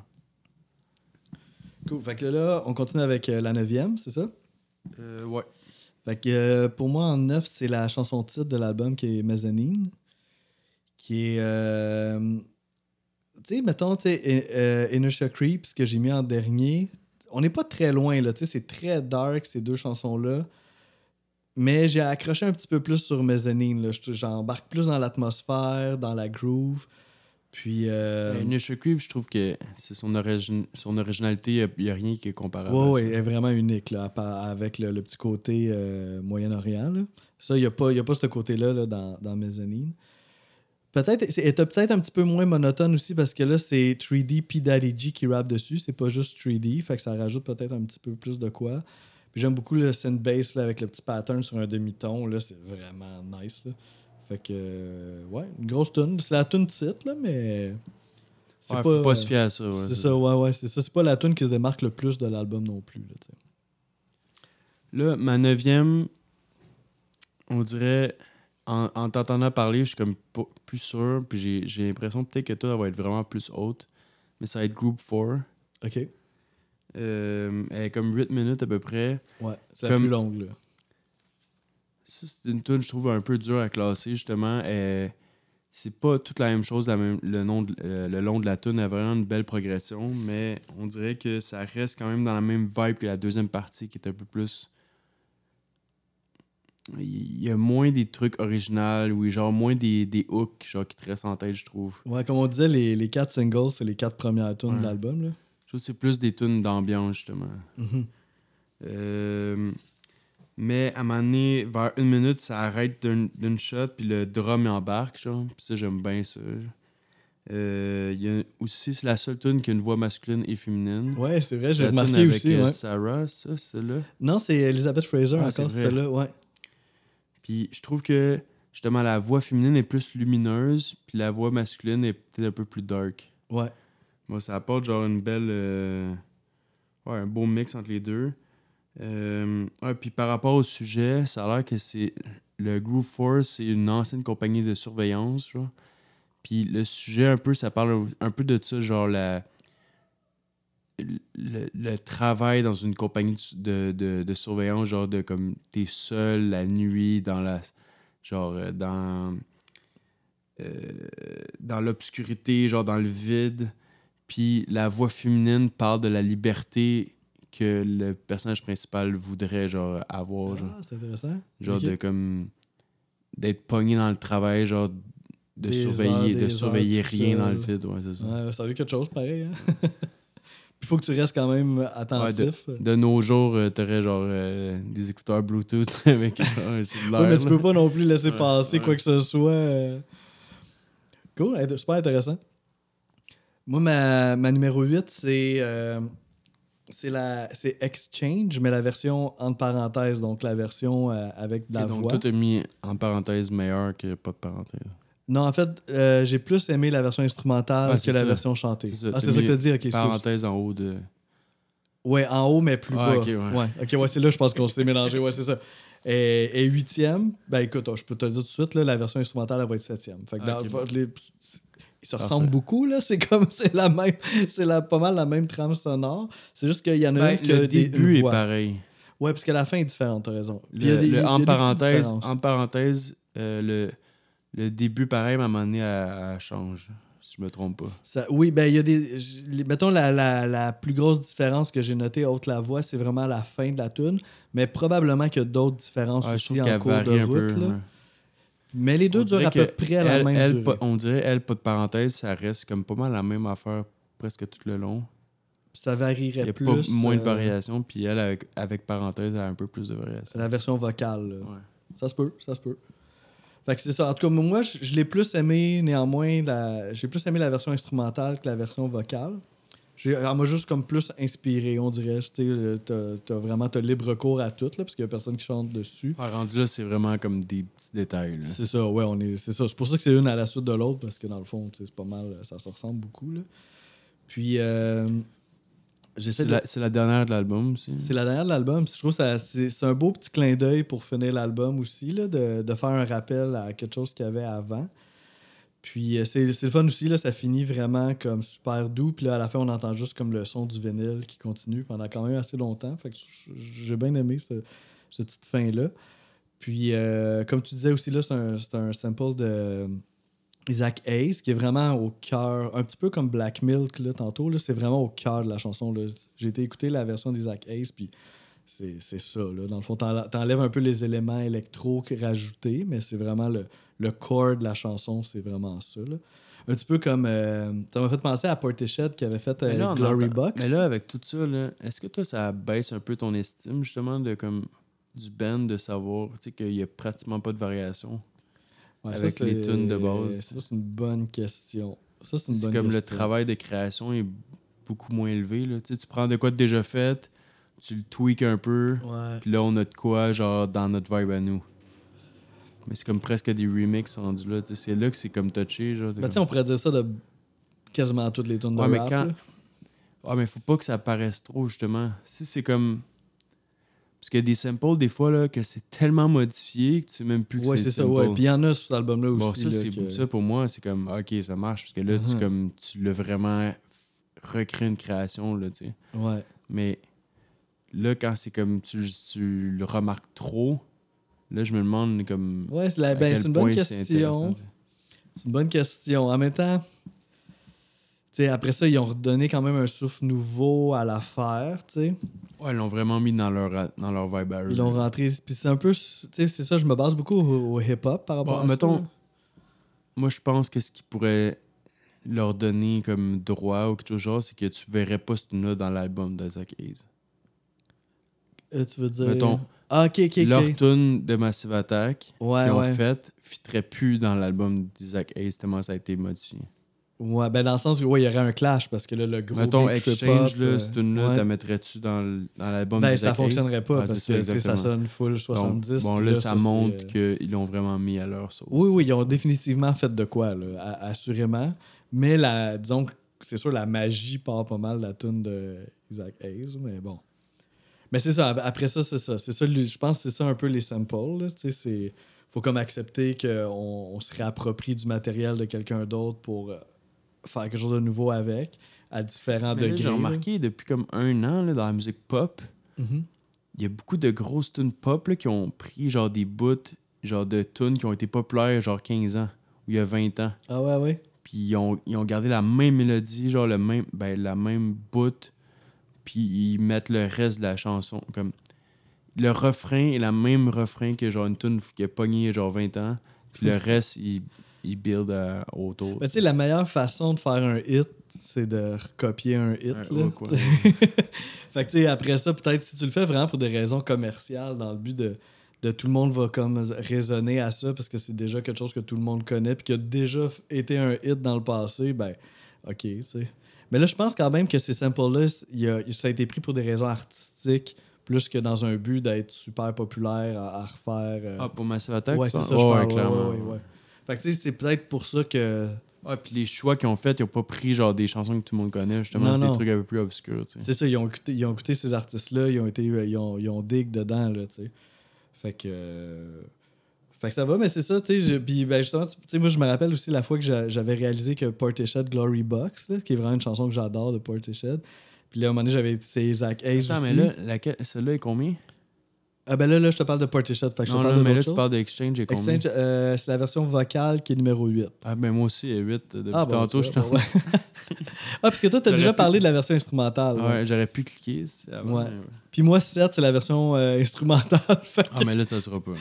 Cool. Fait que là, on continue avec la 9e, c'est ça? Ouais. Fait que pour moi, en 9, c'est la chanson titre de l'album qui est Mezzanine. Qui est... tu sais, mettons, Inertia Creeps, que j'ai mis en dernier... on n'est pas très loin, là. Tu sais, c'est très dark, ces deux chansons-là. Mais j'ai accroché un petit peu plus sur Mezzanine, là. J'embarque plus dans l'atmosphère, dans la groove. Puis... Initial Creep, je trouve que c'est son originalité, il n'y a rien qui est comparable ouais, à ouais, ça. elle est vraiment unique, là, avec le petit côté Moyen-Orient, là. Ça, il n'y a pas ce côté-là là, dans Mezzanine. Elle était peut-être un petit peu moins monotone aussi parce que là, c'est 3D puis Daddy G qui rappe dessus. C'est pas juste 3D, fait que ça rajoute peut-être un petit peu plus de quoi. Puis j'aime beaucoup le synth bass là, avec le petit pattern sur un demi-ton. Là, c'est vraiment nice. Là. Fait que, ouais, une grosse tune. C'est la tune titre, là, mais. C'est Ouais, pas, faut pas se fier à ça. Ouais, c'est ça, ouais, c'est ça. C'est pas la tune qui se démarque le plus de l'album non plus. Là, t'sais. Là, ma 9e, on dirait, en t'entendant parler, je suis comme plus sûr, puis j'ai l'impression peut-être que toi, elle va être vraiment plus haute, mais ça va être Group 4. OK. Elle est comme 8 minutes à peu près. Ouais, c'est la plus longue, là. Ça, c'est une tune, je trouve, un peu dure à classer, justement. C'est pas toute la même chose, le long de la tune a vraiment une belle progression, mais on dirait que ça reste quand même dans la même vibe que la deuxième partie, qui est un peu plus... Il y a moins des trucs originaux, ou genre moins des hooks genre, qui te restent en tête, je trouve. Ouais, comme on disait, les 4 singles, c'est les 4 premières tunes Ouais. de l'album, là. Je trouve que c'est plus des tunes d'ambiance, justement. Mm-hmm. Mais à un moment donné, vers 1 minute, ça arrête d'une shot, puis le drum il embarque, genre. Puis ça, j'aime bien ça. Y a aussi, c'est la seule tune qui a une voix masculine et féminine. Ouais, c'est vrai, j'ai La remarqué tune avec aussi. Ouais. Sarah, ça, celle-là. Non, c'est Elizabeth Fraser Ah, encore, c'est vrai. celle-là, ouais. Puis je trouve que, justement, la voix féminine est plus lumineuse, puis la voix masculine est peut-être un peu plus dark. Ouais. Moi, ça apporte genre une belle... ouais, un beau mix entre les deux. Ouais, puis par rapport au sujet, ça a l'air que c'est... Le Group Force, c'est une ancienne compagnie de surveillance, genre. Puis le sujet, un peu, ça parle un peu de ça, genre le travail dans une compagnie de surveillance, genre de comme t'es seul la nuit dans la... Genre dans l'obscurité, genre dans le vide. Puis la voix féminine parle de la liberté que le personnage principal voudrait genre avoir. Genre, C'est intéressant. genre Okay. de comme d'être pogné dans le travail, genre de surveiller rien dans le vide. Ouais, c'est ça. Ouais, ça a eu quelque chose pareil. Hein? Il faut que tu restes quand même attentif. Ouais, de nos jours, t'aurais genre des écouteurs Bluetooth avec un cellulaire. Oui, mais tu peux pas non plus laisser Ouais, passer ouais. quoi que ce soit. Cool, super intéressant. Moi, ma numéro 8, c'est Exchange, mais la version entre parenthèses, donc la version avec de la donc, voix. toi, t'as mis en parenthèse meilleur que pas de parenthèse. Non, en fait, j'ai plus aimé la version instrumentale que la version chantée. C'est ça que t'as dit, ok, excuse. Parenthèse en haut de... Ouais, en haut, mais plus bas. Ok, ouais. Ok, ouais, c'est là, je pense qu'on s'est mélangé. Ouais, c'est ça. Et 8e, ben écoute, je peux te le dire tout de suite, là, la version instrumentale, elle va être 7e. Fait que ils se ressemblent beaucoup, là. C'est comme, pas mal la même trame sonore. C'est juste qu'il y en a une qui a le début une est voix. Ouais, parce que la fin est différente, t'as raison. En parenthèse, le début, pareil, à un moment donné, elle change, si je me trompe pas. Oui, ben il y a des... Mettons, la plus grosse différence que j'ai notée, autre la voix, c'est vraiment la fin de la tune. Mais probablement qu'il y a d'autres différences aussi en cours de route. Là. Ouais. Mais les deux durent à peu près la même durée. On dirait, pas de parenthèse, ça reste comme pas mal la même affaire presque tout le long. Ça varierait Il y a plus. pas moins de variations, puis elle, avec parenthèse, elle a un peu plus de variations. La version vocale. Là. Ouais. Ça se peut. Fait que c'est ça. En tout cas, moi, je l'ai plus aimé, néanmoins, j'ai plus aimé la version instrumentale que la version vocale. Elle m'a juste comme plus inspiré, on dirait. T'as vraiment libre cours à tout, là, parce qu'il n'y a personne qui chante dessus. Rendu là, c'est vraiment comme des petits détails. Là. C'est ça, ouais, c'est ça. C'est pour ça que c'est une à la suite de l'autre, parce que dans le fond, c'est pas mal, ça se ressemble beaucoup. Là. Puis, c'est la dernière de l'album aussi. C'est la dernière de l'album. Je trouve que c'est un beau petit clin d'œil pour finir l'album aussi, là, de faire un rappel à quelque chose qu'il y avait avant. Puis c'est le fun aussi, là, ça finit vraiment comme super doux. Puis là, à la fin, on entend juste comme le son du vinyle qui continue pendant quand même assez longtemps. Fait que j'ai bien aimé cette petite fin-là. Puis, comme tu disais aussi, là, c'est un sample Isaac Hayes, qui est vraiment au cœur, un petit peu comme Black Milk là, tantôt, là, c'est vraiment au cœur de la chanson. Là. J'ai été écouter la version d'Isaac Hayes, puis c'est ça. Là. Dans le fond, t'enlèves un peu les éléments électro rajoutés, mais c'est vraiment le core de la chanson, c'est vraiment ça. Là. Un petit peu comme... ça m'a fait penser à Portishead qui avait fait Glory Box. Mais là, avec tout ça, là, est-ce que toi, ça baisse un peu ton estime, justement, de comme du band, de savoir qu'il n'y a pratiquement pas de variation avec les tunes de base? Ça, c'est une bonne question. Ça, c'est une C'est bonne comme question. le travail de création est beaucoup moins élevé. Là. Tu prends de quoi de déjà fait, tu le tweaks un peu, puis là, on a de quoi, genre, dans notre vibe à nous. Mais c'est comme presque des remixes rendus là. C'est là que c'est comme touché. Genre, Ben, on pourrait dire ça de quasiment toutes les tunes de mais rap. quand... Là. Ah, mais faut pas que ça paraisse trop, justement. Si c'est comme... Parce qu'il y a des samples, des fois, là, que c'est tellement modifié que tu sais même plus que c'est ça, ouais. Puis il y en a sur cet album-là aussi. Bon, ça, là, ça, pour moi, c'est comme, OK, ça marche. Parce que là, tu l'as vraiment recréé une création, là, tu sais. Ouais. Mais là, quand c'est comme, tu le remarques trop, là, je me demande, comme... Ouais, c'est une bonne question. C'est une bonne question. En même temps... après ça, ils ont redonné quand même un souffle nouveau à l'affaire, tu sais. Ouais, ils l'ont vraiment mis dans leur vibe à eux. Ils l'ont rentré. Puis c'est un peu... Tu sais, c'est ça, je me base beaucoup au hip-hop par rapport à mettons, ça. Moi, je pense que ce qui pourrait leur donner comme droit ou quelque chose genre, c'est que tu verrais pas ce tune-là dans l'album d'Isaac Hayes. Tu veux dire... Mettons, OK. leur tune de Massive Attack qu'ils ont fait fitterait plus dans l'album d'Isaac Hayes tellement ça a été modifié. Ouais, ben dans le sens où il y aurait un clash parce que là, le gros mettons, big Exchange, trip-hop, là, cette tune-là, t'as mettrais-tu dans l'album ben, d'Isaac Hayes? Ça fonctionnerait pas parce que ça sonne full 70. Donc, bon, là, ça montre qu'ils l'ont vraiment mis à leur sauce. Oui, ils ont définitivement fait de quoi, là, assurément. Mais disons que c'est sûr, la magie part pas mal de la tune de Isaac Hayes, mais bon. Mais c'est ça, après ça, c'est ça. Je pense que c'est ça un peu les samples. Il faut comme accepter qu'on se réapproprie du matériel de quelqu'un d'autre pour faire quelque chose de nouveau avec, à différents degrés. J'ai remarqué depuis comme 1 an là, dans la musique pop, il y a beaucoup de grosses tunes pop là, qui ont pris genre des bouts genre de tunes qui ont été populaires genre 15 ans ou il y a 20 ans. Ah ouais? Puis ils ont gardé la même mélodie, genre la même bout, puis ils mettent le reste de la chanson. Comme le refrain est le même refrain que genre une tune qui a pogné genre 20 ans, puis le reste, ils build autour. Mais tu sais, la meilleure façon de faire un hit, c'est de recopier un hit. Fait que tu sais, après ça, peut-être si tu le fais vraiment pour des raisons commerciales, dans le but de tout le monde va comme raisonner à ça parce que c'est déjà quelque chose que tout le monde connaît puis qui a déjà été un hit dans le passé, ben OK, tu sais. Mais là, je pense quand même que ces samples-là, ça a été pris pour des raisons artistiques plus que dans un but d'être super populaire à refaire. Pour Massive Attack? Ouais, c'est ça, je parle. Clairement. Ouais. Fait que tu sais, c'est peut-être pour ça que... Ah, puis les choix qu'ils ont fait, ils n'ont pas pris genre des chansons que tout le monde connaît, justement, c'est des trucs un peu plus obscurs, tu sais. C'est ça, ils ont écouté ces artistes-là, ils ont dig dedans, là, tu sais. Fait que ça va, mais c'est ça, tu sais. Puis ben, justement, tu sais, moi, je me rappelle aussi la fois que j'avais réalisé que Portishead Glory Box, là, qui est vraiment une chanson que j'adore de Portishead. Puis là, à un moment donné, j'avais c'est Isaac Hayes aussi. Mais là, celle-là est combien? Ah ben là, je te parle de Portishead. Fait que non, je te parle mais là, tu parles d'Exchange et combien? Exchange, c'est la version vocale qui est numéro 8. Ah ben moi aussi, 8. Depuis tantôt, je t'en... parce que toi, t'as déjà parlé de la version instrumentale. Ouais, j'aurais pu cliquer. Avant, ouais. Puis moi, 7, c'est la version instrumentale. Mais là, ça sera pas.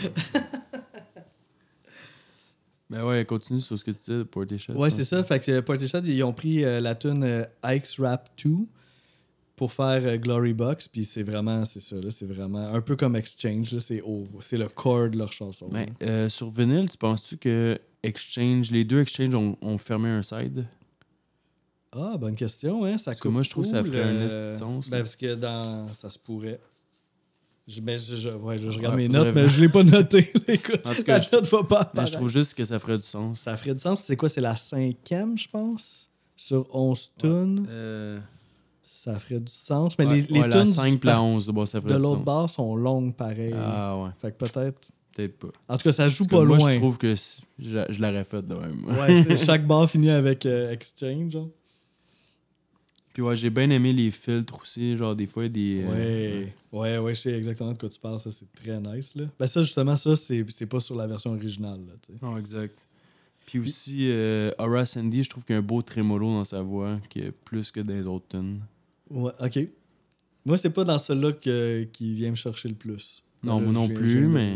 Ben ouais, continue sur ce que tu disais de Portishead. Ouais, c'est ça. Fait que Portishead, ils ont pris la tune Ike's Rap 2 pour faire Glory Box, puis c'est ça, là, c'est vraiment un peu comme Exchange, là, c'est le core de leur chanson. Mais sur vinyle, tu penses-tu que les deux Exchange ont fermé un side? Ah, bonne question, hein, ça parce que moi, je trouve que ça ferait un sens. Ben, parce que ça se pourrait. Je regarde mes notes, mais je l'ai pas noté. Écoute, en tout cas, la note va pas apparaître. Je trouve juste que ça ferait du sens. Ça ferait du sens. C'est quoi? C'est la 5e, je pense, sur 11 tunes. Ça ferait du sens. Mais les tunes la 5 et la 11, bon, ça ferait de du l'autre sens. barre sont longues pareil. Ah ouais. Fait que peut-être... Peut-être pas. En tout cas, ça joue pas loin. Moi, je trouve que je l'aurais fait de même. Ouais, chaque barre finit avec Exchange. Genre. Puis ouais, j'ai bien aimé les filtres aussi. Genre, des fois, des... Ouais, je sais exactement de quoi tu parles. Ça, c'est très nice. Là. Ben ça, justement, ça, c'est pas sur la version originale. Là, non, exact. Puis aussi, Horace Andy, je trouve qu'il y a un beau trémolo dans sa voix, qui est plus que dans les autres tunes. Ouais, ok. Moi, c'est pas dans celui-là qui vient me chercher le plus. Non, moi non plus, mais...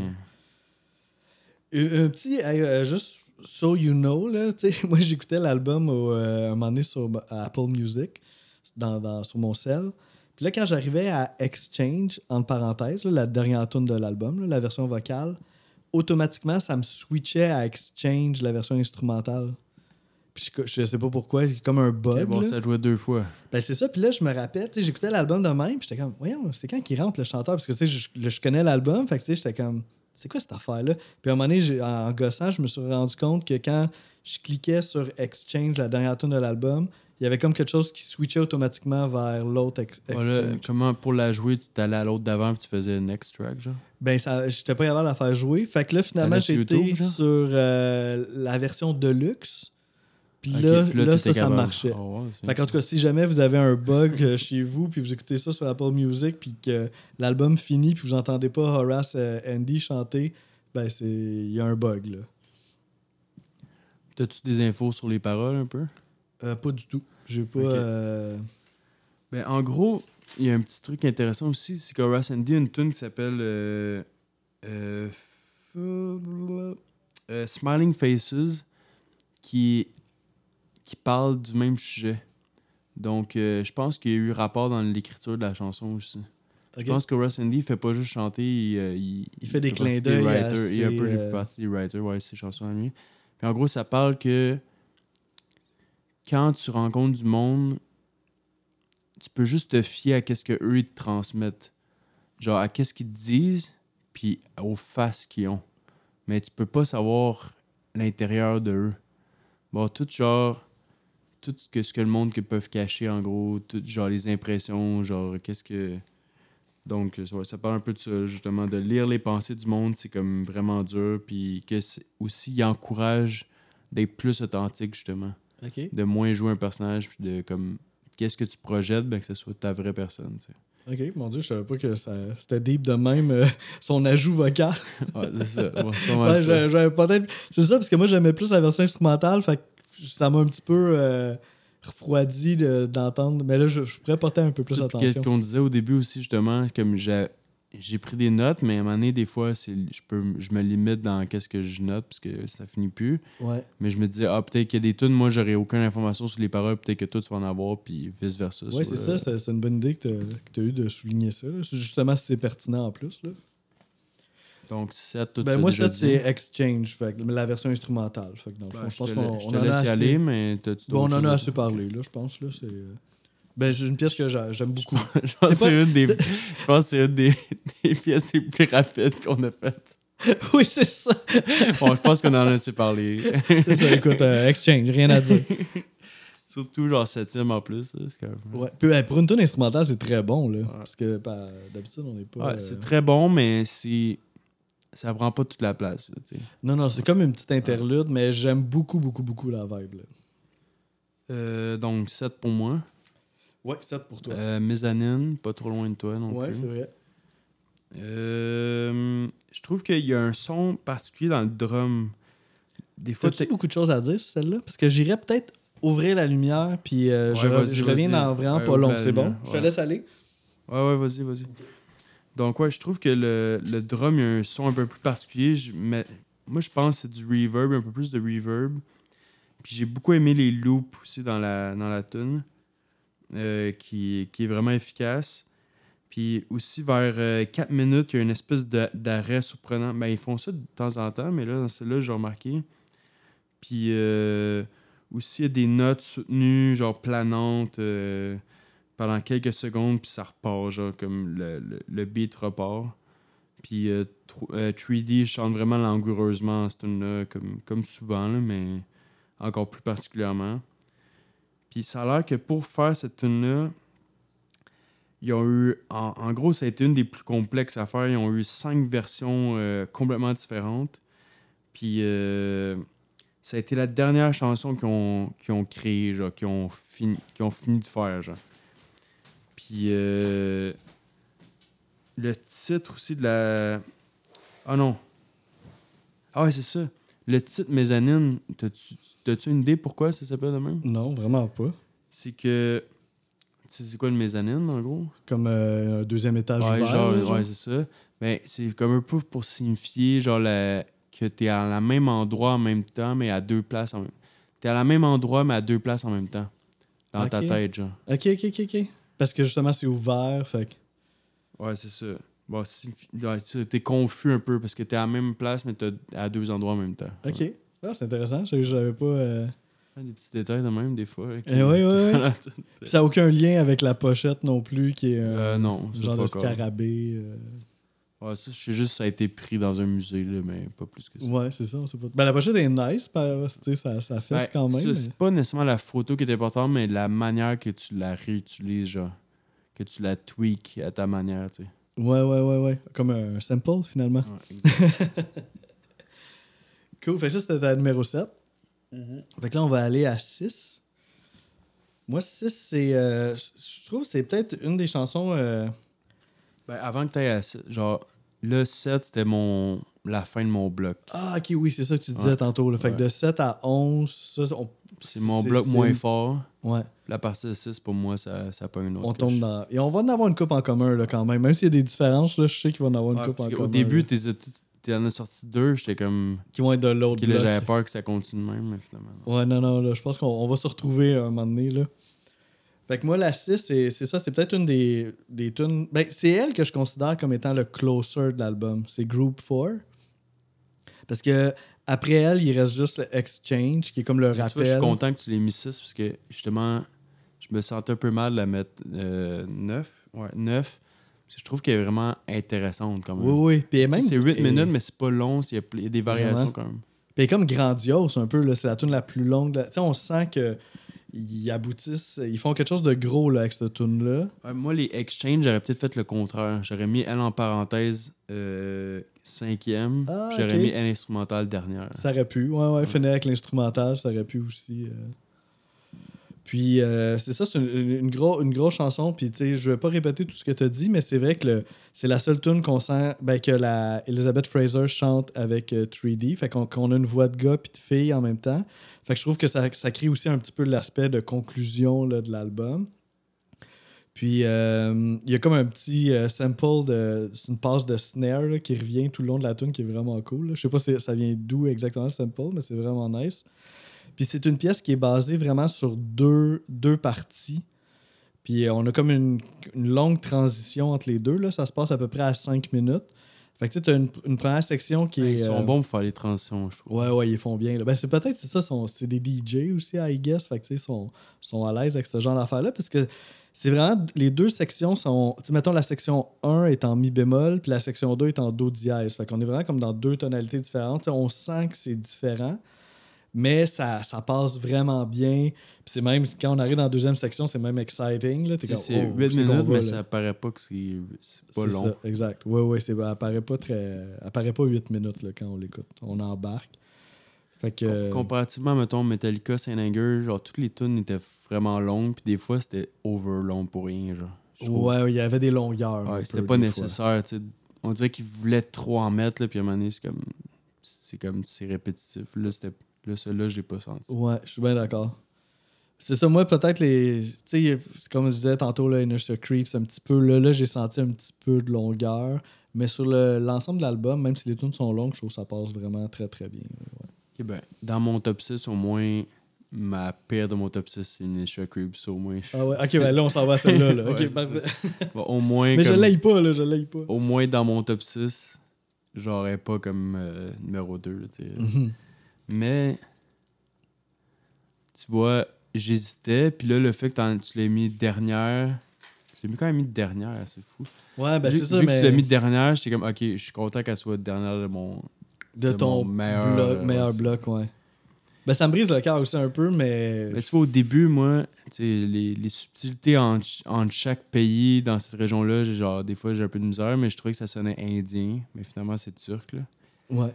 Un petit... juste so you know, là, tu sais, moi, j'écoutais l'album un moment donné sur Apple Music, sur mon cell. Puis là, quand j'arrivais à Exchange, entre parenthèses, là, la dernière tune de l'album, là, la version vocale, automatiquement, ça me switchait à Exchange, la version instrumentale. Puis je sais pas pourquoi, c'est comme un bug. Okay, bon, ça jouait 2 fois. Ben c'est ça, puis là, je me rappelle, tu sais, j'écoutais l'album de même, puis j'étais comme, voyons, c'est quand qu'il rentre le chanteur? Parce que, tu sais, je connais l'album, fait que, tu sais, j'étais comme, c'est quoi cette affaire-là? Puis à un moment donné, en gossant, je me suis rendu compte que quand je cliquais sur Exchange, la dernière tune de l'album, il y avait comme quelque chose qui switchait automatiquement vers l'autre Exchange. Voilà, comment, pour la jouer, tu t'allais à l'autre d'avant, puis tu faisais next track, genre? Ben, j'étais pas capable de la faire jouer. Fait que là, finalement, j'étais sur la version Deluxe. Puis okay, là, ça marchait. Oh, ouais, fait qu'en tout cas, si jamais vous avez un bug chez vous, puis vous écoutez ça sur Apple Music, puis que l'album finit, puis vous entendez pas Horace Andy chanter, ben il y a un bug, là. T'as-tu des infos sur les paroles, un peu? Pas du tout. J'ai pas... Okay. Ben, en gros, il y a un petit truc intéressant aussi, c'est qu'Horace Andy a une tune qui s'appelle Smiling Faces, qui parle du même sujet. Donc, je pense qu'il y a eu rapport dans l'écriture de la chanson aussi. Okay. Je pense que Horace Andy fait pas juste chanter, il fait des clins d'œil. Il y a un peu partie des writers, ouais, ses chansons à lui. Puis en gros, ça parle que quand tu rencontres du monde, tu peux juste te fier à qu'est-ce qu'eux ils te transmettent. Genre, à qu'est-ce qu'ils te disent, puis aux faces qu'ils ont. Mais tu peux pas savoir l'intérieur de eux. Bon, tout ce que le monde peut cacher, en gros, tout, genre les impressions, genre qu'est-ce que... Donc, ça parle un peu de ça, justement, de lire les pensées du monde, c'est comme vraiment dur, puis que aussi, il encourage d'être plus authentique, justement. Okay. De moins jouer un personnage, puis de, comme, qu'est-ce que tu projettes, ben que ce soit ta vraie personne, tu sais. OK, mon Dieu, je savais pas que c'était deep de même, son ajout vocal. Ouais, c'est ça. Bon, c'est pas mal ça. J'avais peut-être... C'est ça, parce que moi, j'aimais plus la version instrumentale, fait que ça m'a un petit peu refroidi d'entendre. Mais là, je pourrais porter un peu plus attention. Ce qu'on disait au début aussi, justement, comme j'ai pris des notes, mais à un moment donné, des fois, je me limite dans qu'est-ce que je note, parce que ça finit plus. Ouais. Mais je me disais, peut-être qu'il y a des tunes, moi, j'aurais aucune information sur les paroles, peut-être que toi, tu vas en avoir, puis vice-versa. Oui, c'est ça. C'est une bonne idée que tu as eu de souligner ça. Là. Justement, si c'est pertinent en plus. Là. Donc, 7, tout moi, 7, c'est Exchange, fait que, la version instrumentale. Fait que, je pense qu'on je te laisse y aller, mais on en a assez parlé, là, je pense. Là, c'est... c'est une pièce que j'aime beaucoup. Je pense que c'est une des pièces les plus rapides qu'on a faites. Oui, c'est ça. Bon, je pense qu'on en a assez parlé. C'est ça, écoute, Exchange, rien à dire. Surtout genre 7e en plus. Là, c'est quand même... Ouais. Puis, pour une tune instrumentale, c'est très bon. Là, parce que d'habitude, on n'est pas... Ouais, c'est très bon, mais ça prend pas toute la place. Là, non, c'est comme une petite interlude, mais j'aime beaucoup, beaucoup, beaucoup la vibe. Là. Donc, 7 pour moi. Ouais, 7 pour toi. Mezzanine, pas trop loin de toi non plus. Ouais, c'est vrai. Je trouve qu'il y a un son particulier dans le drum. Des fois, t'as beaucoup de choses à dire sur celle-là? Parce que j'irais peut-être ouvrir la lumière, puis je reviens dans vraiment pas long. C'est bon? Je te laisse aller? Ouais, vas-y. Donc, ouais, je trouve que le drum, il y a un son un peu plus particulier. Moi, je pense que c'est du reverb, un peu plus de reverb. Puis j'ai beaucoup aimé les loops aussi dans la tune. Qui est vraiment efficace. Puis aussi, vers 4 minutes, il y a une espèce d'arrêt surprenant. Ben, ils font ça de temps en temps, mais là, dans celle-là, j'ai remarqué. Puis aussi, il y a des notes soutenues, genre planantes, pendant quelques secondes, puis ça repart, genre comme le beat repart. Puis 3D chante vraiment langoureusement cette tune-là, comme souvent, là, mais encore plus particulièrement. Puis ça a l'air que pour faire cette tune-là, ils ont eu... En gros, ça a été une des plus complexes à faire. Ils ont eu 5 versions complètement différentes. Puis ça a été la dernière chanson qu'ils ont créée, genre, qu'ils ont fini de faire, genre. Puis le titre aussi de la... Ah non. Ah ouais, c'est ça. Le titre Mezzanine, t'as-tu une idée pourquoi ça s'appelle de même? Non, vraiment pas. C'est que... Tu sais, c'est quoi une mezzanine, en gros? Comme un deuxième étage Ouais, ouvert. genre, là, genre. ouais, c'est ça. Mais c'est comme un peu pour signifier, genre, que t'es à la même endroit en même temps, mais à deux places en même temps. T'es à la même endroit, mais à deux places en même temps. Dans ta tête, genre. OK. Parce que justement, c'est ouvert, fait que... Ouais, c'est ça. Bon, t'es confus un peu parce que t'es à la même place, mais t'es à deux endroits en même temps. OK. Ouais. Ah, c'est intéressant. J'avais pas... Des petits détails de même, des fois. Oui. Ça n'a aucun lien avec la pochette non plus, qui est non, genre de scarabée. Ouais, ça, je sais juste que ça a été pris dans un musée, là, mais pas plus que ça. Ouais, c'est ça. On sait pas. Ben, la pochette est nice, ça fesse quand même. C'est pas nécessairement la photo qui est importante, mais la manière que tu la réutilises, genre. Que tu la tweaks à ta manière, tu sais. Ouais. Comme un sample, finalement. Ouais, exact. Cool. Fait que ça, c'était ta numéro 7. Fait que là, on va aller à 6. Moi, 6, c'est... je trouve que c'est peut-être une des chansons... Ben, avant que tu ailles à... Genre, le 7, c'était la fin de mon bloc. Ah, OK, oui, c'est ça que tu disais tantôt. Là. Fait que de 7 à 11, ça... C'est mon bloc moins fort. Ouais. La partie de 6, pour moi, ça pas une autre. On tombe dans... Et on va en avoir une coupe en commun, là, quand même. Même s'il y a des différences, là, je sais qu'il va en avoir une coupe en commun. Au début, t'es en as sorti 2, j'étais comme... Qui vont être de l'autre bloc. J'avais peur que ça continue de même, mais finalement... Ouais, non, là, je pense qu'on va se retrouver un moment donné, là. Fait que moi, la 6, c'est ça, c'est peut-être une des tunes... Ben, c'est elle que je considère comme étant le closer de l'album. C'est Group 4. Parce que après elle, il reste juste le Exchange, qui est comme le rappel. Tu vois, je suis content que tu l'aies mis 6, parce que, justement, je me sentais un peu mal de la mettre 9. Ouais, 9. Parce que je trouve qu'elle est vraiment intéressante, quand même. Oui. Puis même, c'est 8 minutes, mais c'est pas long. Il y a des variations, vraiment. quand même. Puis elle est comme grandiose, un peu. Là. C'est la tune la plus longue. Tu sais, on sent que... Ils aboutissent, ils font quelque chose de gros là, avec cette tune-là. Moi, les exchanges, j'aurais peut-être fait le contraire. J'aurais mis elle en parenthèse 5e, puis j'aurais mis elle instrumentale dernière. Ça aurait pu, ouais. Finir avec l'instrumental, ça aurait pu aussi. Puis c'est ça, c'est une grosse chanson. Puis tu sais, je vais pas répéter tout ce que tu as dit, mais c'est vrai que c'est la seule tune qu'on sent que la Elizabeth Fraser chante avec 3D. Fait qu'on a une voix de gars puis de fille en même temps. Fait que je trouve que ça crée aussi un petit peu l'aspect de conclusion là, de l'album. Puis, il y a comme un petit sample c'est une passe de snare là, qui revient tout le long de la tune qui est vraiment cool. Là. Je sais pas si ça vient d'où exactement le sample, mais c'est vraiment nice. Puis c'est une pièce qui est basée vraiment sur deux parties. Puis on a comme une longue transition entre les deux. Là. Ça se passe à peu près à 5 minutes. Fait que tu as une première section qui est... Ils sont bons pour faire les transitions, je trouve. Ouais, ils font bien. Là. Ben, c'est peut-être, c'est ça, c'est des DJ aussi, I guess. Fait que tu sais, sont à l'aise avec ce genre d'affaires-là. Parce que c'est vraiment... Les deux sections sont... Tu sais, mettons, la section 1 est en mi bémol, puis la section 2 est en do dièse. Fait qu'on est vraiment comme dans deux tonalités différentes. T'sais, on sent que c'est différent. Mais ça passe vraiment bien. Puis c'est même, quand on arrive dans la deuxième section, c'est même exciting. Là. C'est 8 minutes, mais ça paraît pas que c'est pas long. Ça, exact. Oui, elle paraît pas 8 minutes là, quand on l'écoute. On embarque. Fait que... Comparativement, mettons, Metallica, Saint Anger, genre, toutes les tunes étaient vraiment longues, puis des fois, c'était over long pour rien, genre. Ouais, il y avait des longueurs. Ouais, c'était pas nécessaire, tu sais. On dirait qu'ils voulaient trop en mettre, là, puis à un moment donné, c'est répétitif. Là, celui-là, je l'ai pas senti. Ouais, je suis bien d'accord. C'est ça, moi, peut-être tu sais, c'est comme je disais tantôt, là, Inner Creeps, un petit peu. Là, j'ai senti un petit peu de longueur. Mais sur l'ensemble de l'album, même si les tunes sont longues, je trouve que ça passe vraiment très, très bien. Ouais. Okay, ben, dans mon top 6, au moins, ma paire de mon top 6, c'est Inner Creeps, au moins. Ah ouais, ok, ben là, on s'en va à celle-là. Là. Ouais, ok, parfait. Bon, au moins. Mais je l'aille pas, là, je l'aille pas. Au moins, dans mon top 6, j'aurais pas comme numéro 2, tu sais. Mm-hmm. Mais, tu vois, j'hésitais. Puis là, le fait que tu l'as mis dernière... Tu l'as quand même mis dernière, c'est fou. Ouais, ben c'est ça, mais... Vu mais... que tu l'as mis dernière, j'étais comme, OK, je suis content qu'elle soit dernière de mon... De ton meilleur bloc, ouais. Ben ça me brise le cœur aussi un peu, mais... Mais tu vois, au début, moi, les subtilités entre chaque pays dans cette région-là, genre, des fois, j'ai un peu de misère, mais je trouvais que ça sonnait indien. Mais finalement, c'est turc, là. Ouais.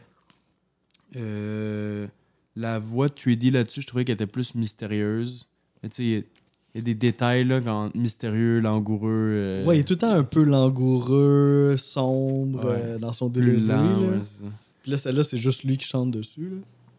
La voix de 3D là-dessus, je trouvais qu'elle était plus mystérieuse. Mais tu sais, il y a des détails là, mystérieux, langoureux. Ouais, il est tout le temps un peu langoureux, sombre dans son delivery. Lent, là. ouais, c'est ça. Puis là, celle-là, c'est juste lui qui chante dessus. Là.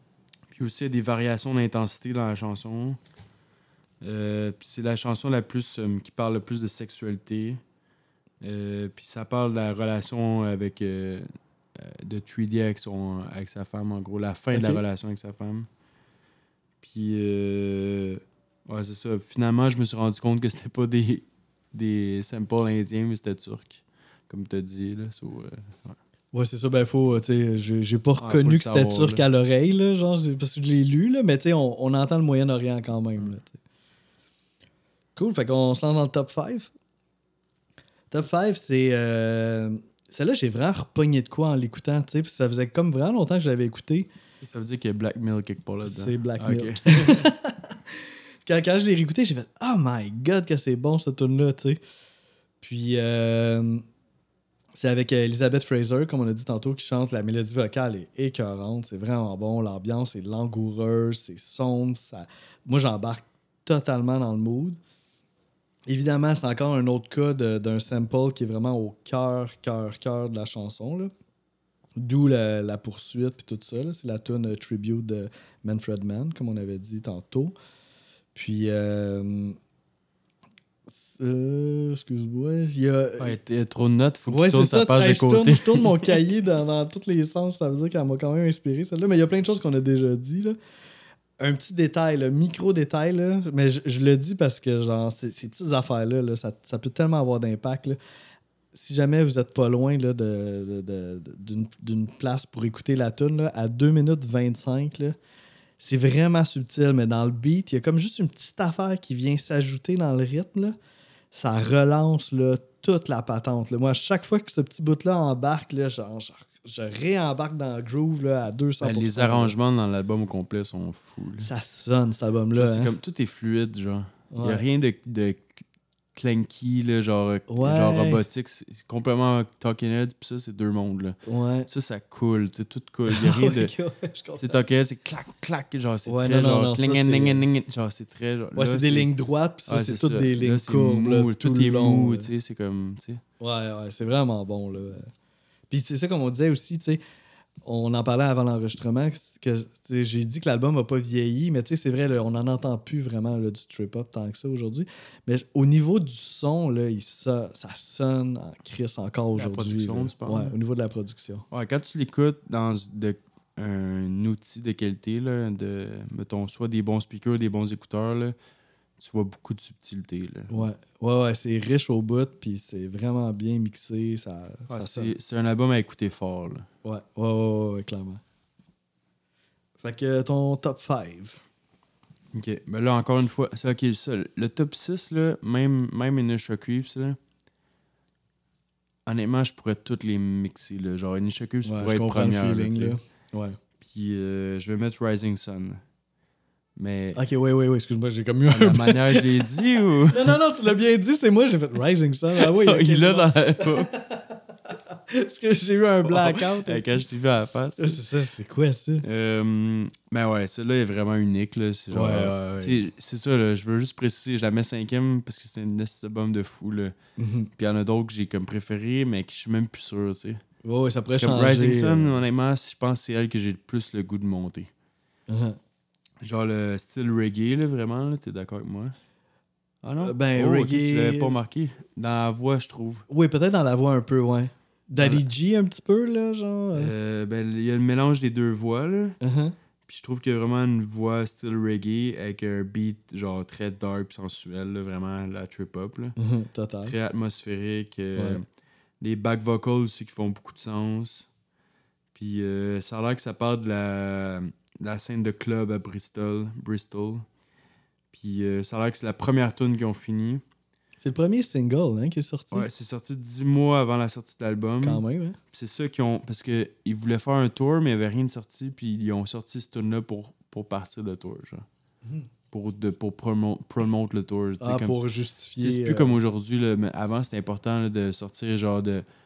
Puis aussi, il y a des variations d'intensité dans la chanson. Puis c'est la chanson la plus qui parle le plus de sexualité. Puis ça parle de la relation avec de 3D avec sa femme, en gros, la fin de la relation avec sa femme. Puis ouais, c'est ça. Finalement, je me suis rendu compte que c'était pas des samples indiens, mais c'était turc, comme tu as dit. Là, Ouais, c'est ça. Ben, faut, tu sais, j'ai pas reconnu que c'était turc à l'oreille, là, genre, parce que je l'ai lu, là, mais tu sais, on entend le Moyen-Orient quand même. Là, cool, fait qu'on se lance dans le top 5. Top 5, c'est. Celle-là, j'ai vraiment repogné de quoi en l'écoutant, tu sais, ça faisait comme vraiment longtemps que je l'avais écouté. Ça veut dire qu'il y a Black Milk quelque part là-dedans. C'est Black Milk. Quand je l'ai réécouté, j'ai fait Oh my god, que c'est bon, cette tune-là, tu sais. Puis. C'est avec Elizabeth Fraser, comme on a dit tantôt, qui chante. La mélodie vocale est écœurante. C'est vraiment bon. L'ambiance est langoureuse, c'est sombre. Moi, j'embarque totalement dans le mood. Évidemment, c'est encore un autre cas d'un sample qui est vraiment au cœur de la chanson. Là. D'où la poursuite et tout ça. Là. C'est la tune Tribute de Manfred Mann, comme on avait dit tantôt. Puis... excuse-moi, il y a... Ouais, t'as trop de notes, faut que tu tournes ta page de côté. Je tourne mon cahier dans tous les sens, ça veut dire qu'elle m'a quand même inspiré, celle-là. Mais il y a plein de choses qu'on a déjà dit, là. Un petit détail, là, micro-détail, là, mais je le dis parce que genre ces petites affaires-là, là, ça peut tellement avoir d'impact. Là. Si jamais vous êtes pas loin là, d'une place pour écouter la tune, là, à 2 minutes 25, là, c'est vraiment subtil, mais dans le beat, il y a comme juste une petite affaire qui vient s'ajouter dans le rythme, là. Ça relance là, toute la patente. Là. Moi, à chaque fois que ce petit bout-là embarque, là, je réembarque dans le groove là, à 200%. Ben, les arrangements dans l'album au complet sont fous. Là. Ça sonne, cet album-là. C'est comme tout est fluide, genre. Il n'y a rien de clanky, là, genre robotique. C'est complètement Talking Heads, puis ça, c'est deux mondes. Là. Ouais. Ça coule. Tout coule. Il n'y a rien de. C'est Talking Heads, c'est clac, clac. Genre, c'est très genre. Genre, c'est très. Genre, ouais, là, c'est des lignes droites, puis ça, c'est toutes des lignes courbes. Là, tout est mou, tu sais. C'est comme. T'sais. Ouais, c'est vraiment bon, là. Puis c'est ça, comme on disait aussi, tu sais. On en parlait avant l'enregistrement, que j'ai dit que l'album n'a pas vieilli, mais c'est vrai, là, on n'en entend plus vraiment là, du trip-hop tant que ça aujourd'hui. Mais au niveau du son, là, ça sonne en crisse encore aujourd'hui. La production, tu penses? Ouais, au niveau de la production. Ouais, quand tu l'écoutes dans un outil de qualité, là, mettons, soit des bons speakers, des bons écouteurs, là, tu vois beaucoup de subtilité. Là. Ouais, c'est riche au bout, puis c'est vraiment bien mixé. C'est un album à écouter fort. Là. Ouais, clairement. Fait que ton top 5. OK. Ben là, encore une fois, c'est OK, ça. Le top 6, là, même Initial Creeps, là, honnêtement, je pourrais toutes les mixer. Là. Genre, Initial Creeps pourrait être première. Feeling, là. Ouais. Puis je vais mettre Rising Sun. Mais... Ok, ouais, excuse-moi, j'ai comme eu la manière je l'ai dit ou... Non, tu l'as bien dit, c'est moi, j'ai fait Rising Sun. Ah oui, il l'a dans la... Parce que j'ai eu un blackout. Quand je t'ai vu à la face. C'est ça, c'est quoi ça? Ben ouais, celui-là est vraiment unique. Là. C'est genre, ouais. C'est ça, là, je veux juste préciser, je la mets 5e parce que c'est une album de fou. Là. Puis il y en a d'autres que j'ai comme préféré, mais que je suis même plus sûr. T'sais. Ouais, ça pourrait comme changer. Rising Sun, honnêtement, je pense que c'est elle que j'ai le plus le goût de monter. Genre le style reggae, là, vraiment, là, t'es d'accord avec moi? Ah non? Reggae... Okay, tu l'avais pas marqué. Dans la voix, je trouve. Oui, peut-être dans la voix un peu, ouais. Daddy G un petit peu, là, genre? Ben, il y a le mélange des deux voix, là. Puis je trouve qu'il y a vraiment une voix style reggae avec un beat, genre, très dark et sensuel, là, vraiment, la trip-hop, là. Total. Très atmosphérique. Les back vocals aussi qui font beaucoup de sens. Puis ça a l'air que ça part de la scène de club à Bristol. Puis ça a l'air que c'est la première tune qu'ils ont fini. C'est le premier single hein, qui est sorti. Ouais, c'est sorti 10 mois avant la sortie de l'album. Quand même, hein. Puis c'est ça qu'ils ont... Parce qu'ils voulaient faire un tour, mais il n'y avait rien de sorti. Puis ils ont sorti ce tune-là pour partir de tour, genre. Pour promote le tour. Comme, pour justifier... C'est plus comme aujourd'hui, là, mais avant, c'était important là, de sortir genre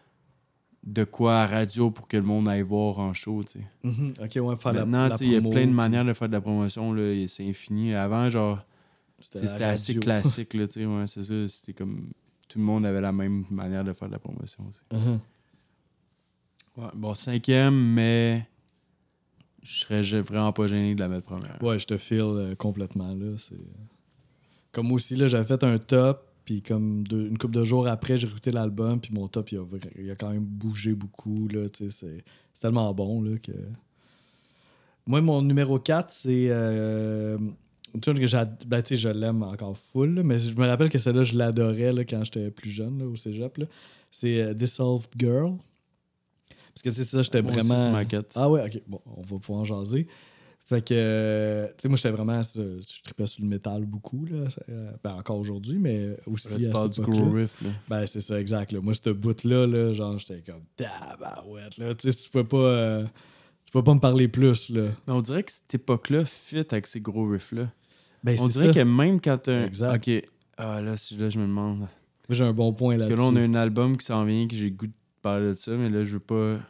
de quoi à radio pour que le monde aille voir en show, tu sais. OK, ouais, faire maintenant, la il y a plein de manières de faire de la promotion, là, et c'est infini. Avant, genre, c'était assez classique, là, tu sais, ouais, c'est ça, c'était comme... Tout le monde avait la même manière de faire de la promotion, tu sais. Ouais, bon, 5e, mais... je serais vraiment pas gêné de la mettre première. Ouais, je te file complètement, là. C'est... Comme moi aussi, là, j'avais fait un top, puis comme une couple de jours après, j'ai écouté l'album, puis mon top, il a quand même bougé beaucoup, là, tu sais, c'est tellement bon, là, que... Moi, mon numéro 4, c'est... une tune que ben, tu sais, je l'aime encore full, là, mais je me rappelle que celle-là, je l'adorais là, quand j'étais plus jeune, là, au cégep, là. C'est Dissolved Girl. Parce que, c'est ça, j'étais Moi vraiment... aussi, c'est ma quête. Ah ouais, OK, bon, on va pouvoir en jaser. Fait que, tu sais, moi, j'étais vraiment... Je tripais sur le métal beaucoup, là. Ben, encore aujourd'hui, mais aussi Là, tu à parles cette du époque-là. gros riff, là. Ben, c'est ça, exact. Là. Moi, cette bout-là, là, genre, j'étais comme... Tabarouette, là. Tu sais, tu peux pas... tu peux pas me parler plus, là. Mais on dirait que cette époque-là fit avec ces gros riffs-là. Ben, On c'est dirait ça. que même quand t'as... Exact. OK. Ah, là, je me demande. Moi, j'ai un bon point Parce là-dessus. que là, on a un album qui s'en vient, que j'ai le goût de parler de ça, mais là, je veux pas...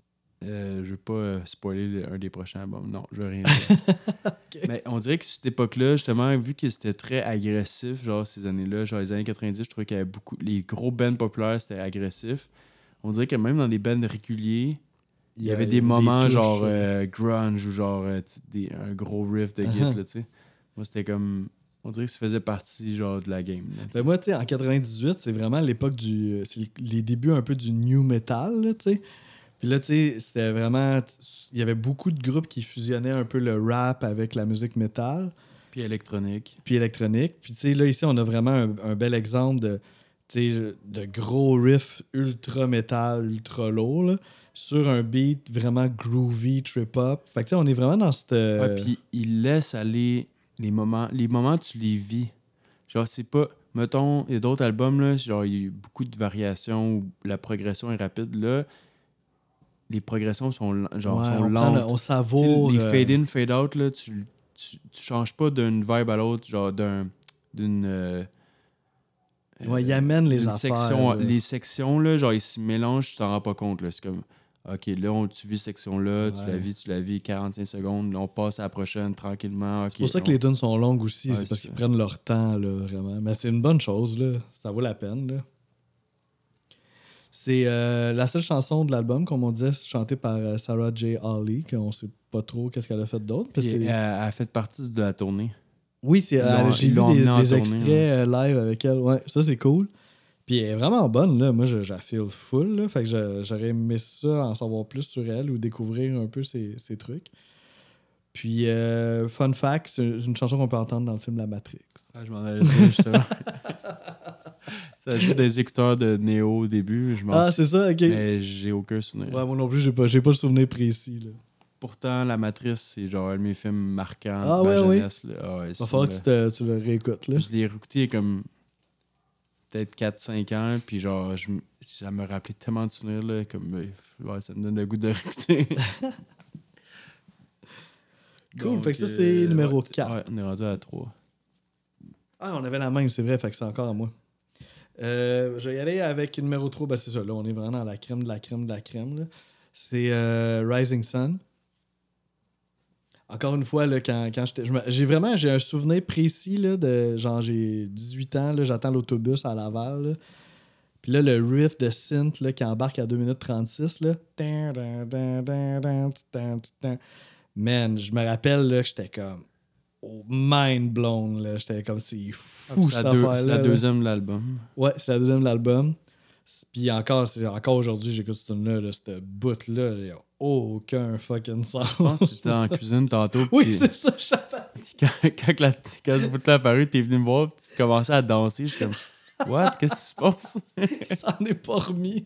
spoiler un des prochains albums. Non, je veux rien dire. Okay. Mais on dirait que cette époque-là, justement, vu que c'était très agressif, genre ces années-là, genre les années 90, je trouvais qu'il y avait beaucoup... Les gros bands populaires, c'était agressif. On dirait que même dans des bands réguliers, il y avait des moments touches, genre grunge ou genre un gros riff de guitare, là, tu sais. Moi, c'était comme... On dirait que ça faisait partie, genre, de la game. Là, ben moi, tu sais, en 98, c'est vraiment l'époque c'est les débuts un peu du new metal, là, tu sais. Puis là, tu sais, c'était vraiment... Il y avait beaucoup de groupes qui fusionnaient un peu le rap avec la musique metal. Puis électronique. Puis électronique. Puis, tu sais, là, ici, on a vraiment un bel exemple de gros riffs ultra metal, ultra lourd, là, sur un beat vraiment groovy, trip-hop. Fait que, tu sais, on est vraiment dans cette... Ouais, puis il laisse aller les moments. Les moments, tu les vis. Genre, c'est pas... Mettons, il y a d'autres albums, là, genre, il y a eu beaucoup de variations où la progression est rapide. Là, les progressions sont, genre, sont lentes. On savoure... Les fade-in, fade-out, là, tu changes pas d'une vibe à l'autre, genre, d'une... ouais, il amène les d'une affaires. section, là. les sections, là, genre, ils se mélangent, tu t'en rends pas compte, là. C'est comme... OK, là, tu vis cette section-là, Ouais. tu la vis 45 secondes, là, on passe à la prochaine tranquillement. C'est pour ça que les tunes sont longues aussi, Ouais, c'est parce c'est qu'ils ça. prennent leur temps, là, vraiment. Mais c'est une bonne chose, là. Ça vaut la peine, là. C'est la seule chanson de l'album, comme on disait, chantée par Sarah J. Hawley, qu'on sait pas trop qu'est-ce qu'elle a fait d'autre. Puis elle a fait partie de la tournée. Oui, j'ai vu des tournée, extraits ouais. live avec elle. Ouais, ça, c'est cool. Puis elle est vraiment bonne, là. Moi, je la feel full, là. Fait que j'aurais aimé ça, en savoir plus sur elle ou découvrir un peu ses trucs. Puis, fun fact, c'est une chanson qu'on peut entendre dans le film La Matrix. Ah, je m'en allais dire, justement. Ça joue des écouteurs de Néo au début. C'est ça, ok. Mais j'ai aucun souvenir. Ouais, moi non plus, j'ai pas le souvenir précis, là. Pourtant, La Matrice, c'est genre un de mes films marquants Ah, de ma ouais, jeunesse. Là. Ah, ouais, Va falloir que tu le réécoutes, là. Je l'ai réécouté comme peut-être 4-5 ans, puis genre, ça me rappelait tellement de souvenirs, là, comme, ouais, ça me donne le goût de réécouter. Cool, Donc, fait que ça, c'est numéro 4. Ouais, on est rendu à 3. Ah, on avait la même, c'est vrai, fait que c'est encore à moi. Je vais y aller avec le numéro 3, ben c'est ça, là, on est vraiment dans la crème de la crème de la crème, là. C'est Rising Sun. Encore une fois, là, quand j'étais... J'ai un souvenir précis, là, de... Genre, j'ai 18 ans, là, j'attends l'autobus à Laval, là. Puis là, le riff de synth, là, qui embarque à 2 minutes 36, là. Man, je me rappelle, là, que j'étais comme... mind blown, là. J'étais comme, c'est fou, cette affaire-là. C'est la deuxième de l'album. Ouais, c'est la deuxième de l'album. Puis encore aujourd'hui, j'écoute cette tune-là, là, cette bout-là, il n'y a aucun fucking sens. Je pense que t'étais en cuisine tantôt. Oui, c'est ça, je savais. Quand ce bout-là apparu, t'es venu me voir, puis tu commençais à danser. Je suis comme, what? Qu'est-ce qui se passe? Il s'en est pas remis.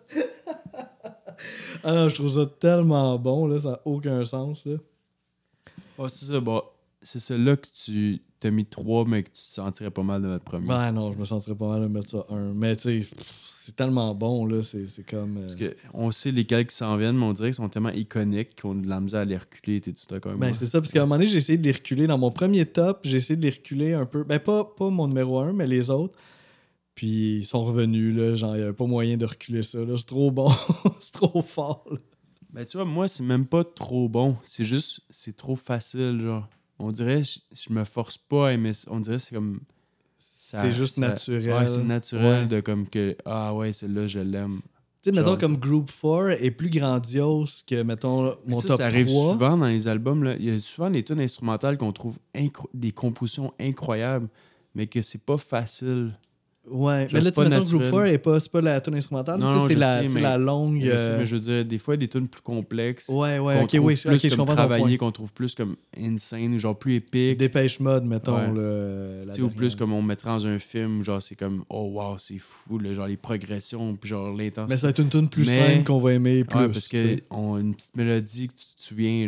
Ah non, je trouve ça tellement bon, là, ça n'a aucun sens, là. Oh, c'est ça, bon. C'est celle-là que tu t'as mis 3, mais que tu te sentirais pas mal de mettre premier. Ben non, je me sentirais pas mal de mettre ça 1. Mais tu sais, c'est tellement bon, là, c'est comme... Parce que on sait lesquels qui s'en viennent, mais on dirait qu'ils sont tellement iconiques qu'on a de la misère à les reculer. T'es-tu d'accord avec moi? Ben c'est ça, parce qu'à un moment donné, j'ai essayé de les reculer. Dans mon premier top, j'ai essayé de les reculer un peu. Ben pas mon numéro 1, mais les autres. Puis ils sont revenus, là. Genre, il n'y avait pas moyen de reculer ça, là. C'est trop bon. C'est trop fort, là. Ben tu vois, moi, c'est même pas trop bon. C'est juste, c'est trop facile, genre. On dirait, je me force pas à aimer ça. On dirait, c'est comme... C'est juste naturel. Ouais, c'est naturel Ouais. de comme que, ah ouais, celle-là, je l'aime. Tu sais, mettons, comme Group 4 est plus grandiose que, mettons, mon top 3. Ça arrive souvent dans les albums. Là. Il y a souvent des tunes instrumentales qu'on trouve des compositions incroyables, mais que c'est pas facile. Ouais, mais là, tu mettons, Group 4, c'est pas la tune instrumentale, non, c'est la longue... mais je veux dire, des fois, des tunes plus complexes. Ouais, qu'on trouve plus je comprends travaillé, qu'on trouve plus comme insane ou genre plus épique. Dépêche Mode, mettons. Ouais. Ou plus comme on mettrait dans un film, genre c'est comme, oh wow, c'est fou, là, genre les progressions, puis genre l'intensité. Mais ça va être une tune plus simple qu'on va aimer plus. Ouais, parce qu'on a une petite mélodie que tu te souviens.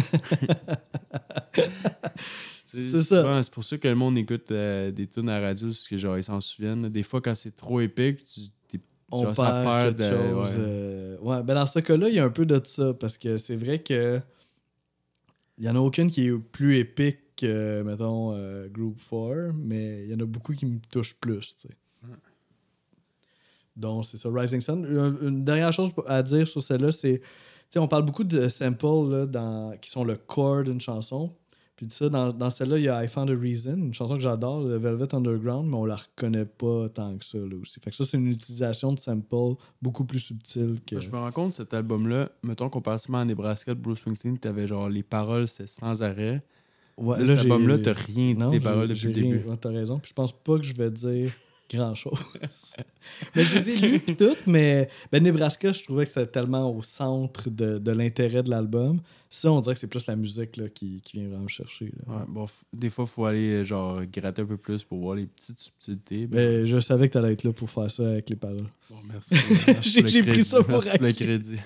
C'est ça. C'est pour ça que le monde écoute des tunes à la radio, parce que genre ils s'en souviennent. Des fois, quand c'est trop épique, ça perd quelque chose. Ouais, ben dans ce cas-là, il y a un peu de ça, parce que c'est vrai que il y en a aucune qui est plus épique que, mettons, Group 4, mais il y en a beaucoup qui me touchent plus, tu sais. Donc, c'est ça, Rising Sun. Une dernière chose à dire sur celle-là, c'est, tu sais, on parle beaucoup de samples là, qui sont le core d'une chanson. Puis ça, dans celle-là, il y a I Found a Reason, une chanson que j'adore, le Velvet Underground, mais on la reconnaît pas tant que ça là aussi. Fait que ça, c'est une utilisation de samples beaucoup plus subtile que... Je me rends compte, cet album-là, mettons comparativement à Nebraska de Bruce Springsteen, t'avais genre les paroles, c'est sans arrêt. Ouais, là cet album-là, t'as rien dit des paroles depuis le début. Ouais, t'as raison. Puis je pense pas que je vais dire grand-chose. Mais je les ai lus pis tout, mais Nebraska, je trouvais que c'était tellement au centre de l'intérêt de l'album. Ça, on dirait que c'est plus la musique là, qui vient vraiment me chercher. Là. Ouais, bon, des fois, il faut aller genre gratter un peu plus pour voir les petites subtilités. Mais je savais que t'allais être là pour faire ça avec les paroles. Bon, merci. J'ai pris ça pour le crédit.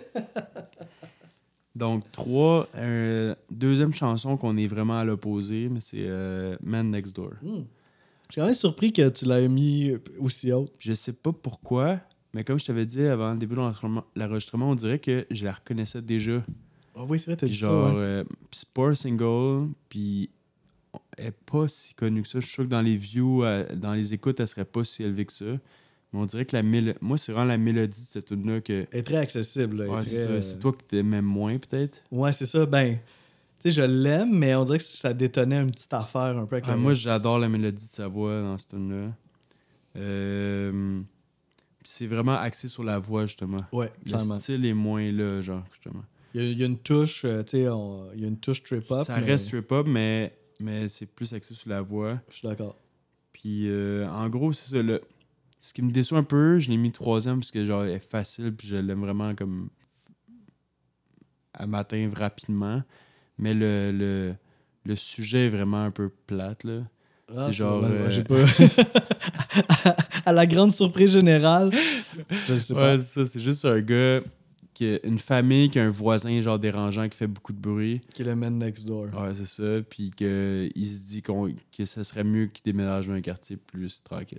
Donc, deuxième chanson qu'on est vraiment à l'opposé, mais c'est Man Next Door. Je suis quand même surpris que tu l'aies mis aussi haut. Je sais pas pourquoi, mais comme je t'avais dit avant le début de l'enregistrement, on dirait que je la reconnaissais déjà. Oh oui, c'est vrai, t'as dit genre, ça. Ouais. C'est pas un single, puis elle est pas si connue que ça. Je suis sûr que dans les views, dans les écoutes, elle serait pas si élevée que ça. Mais on dirait que moi, c'est vraiment la mélodie de cette tune-là que... Elle est très accessible. Là. Ouais, c'est ça. C'est toi que t'aimais moins, peut-être? Ouais, c'est ça. Ben... Tu sais, je l'aime, mais on dirait que ça détonnait une petite affaire un peu avec moi, j'adore la mélodie de sa voix dans cette tune-là. C'est vraiment axé sur la voix, justement. Ouais, clairement. Le style est moins là, genre, justement. Il y a une touche, tu sais, il y a une touche trip-hop. Ça reste trip-hop, mais c'est plus axé sur la voix. Je suis d'accord. Puis, en gros, c'est ça. Ce qui me déçoit un peu, je l'ai mis 3e parce que, genre, elle est facile, puis je l'aime vraiment comme à matin rapidement. Mais le sujet est vraiment un peu plate, là. Ah, c'est genre... j'ai pas... à la grande surprise générale, je sais pas. Ouais, c'est ça. C'est juste un gars, une famille qui a un voisin genre dérangeant qui fait beaucoup de bruit. Qui est le man next door. Ouais, c'est ça. Puis qu'il se dit que ça serait mieux qu'il déménage dans un quartier plus tranquille.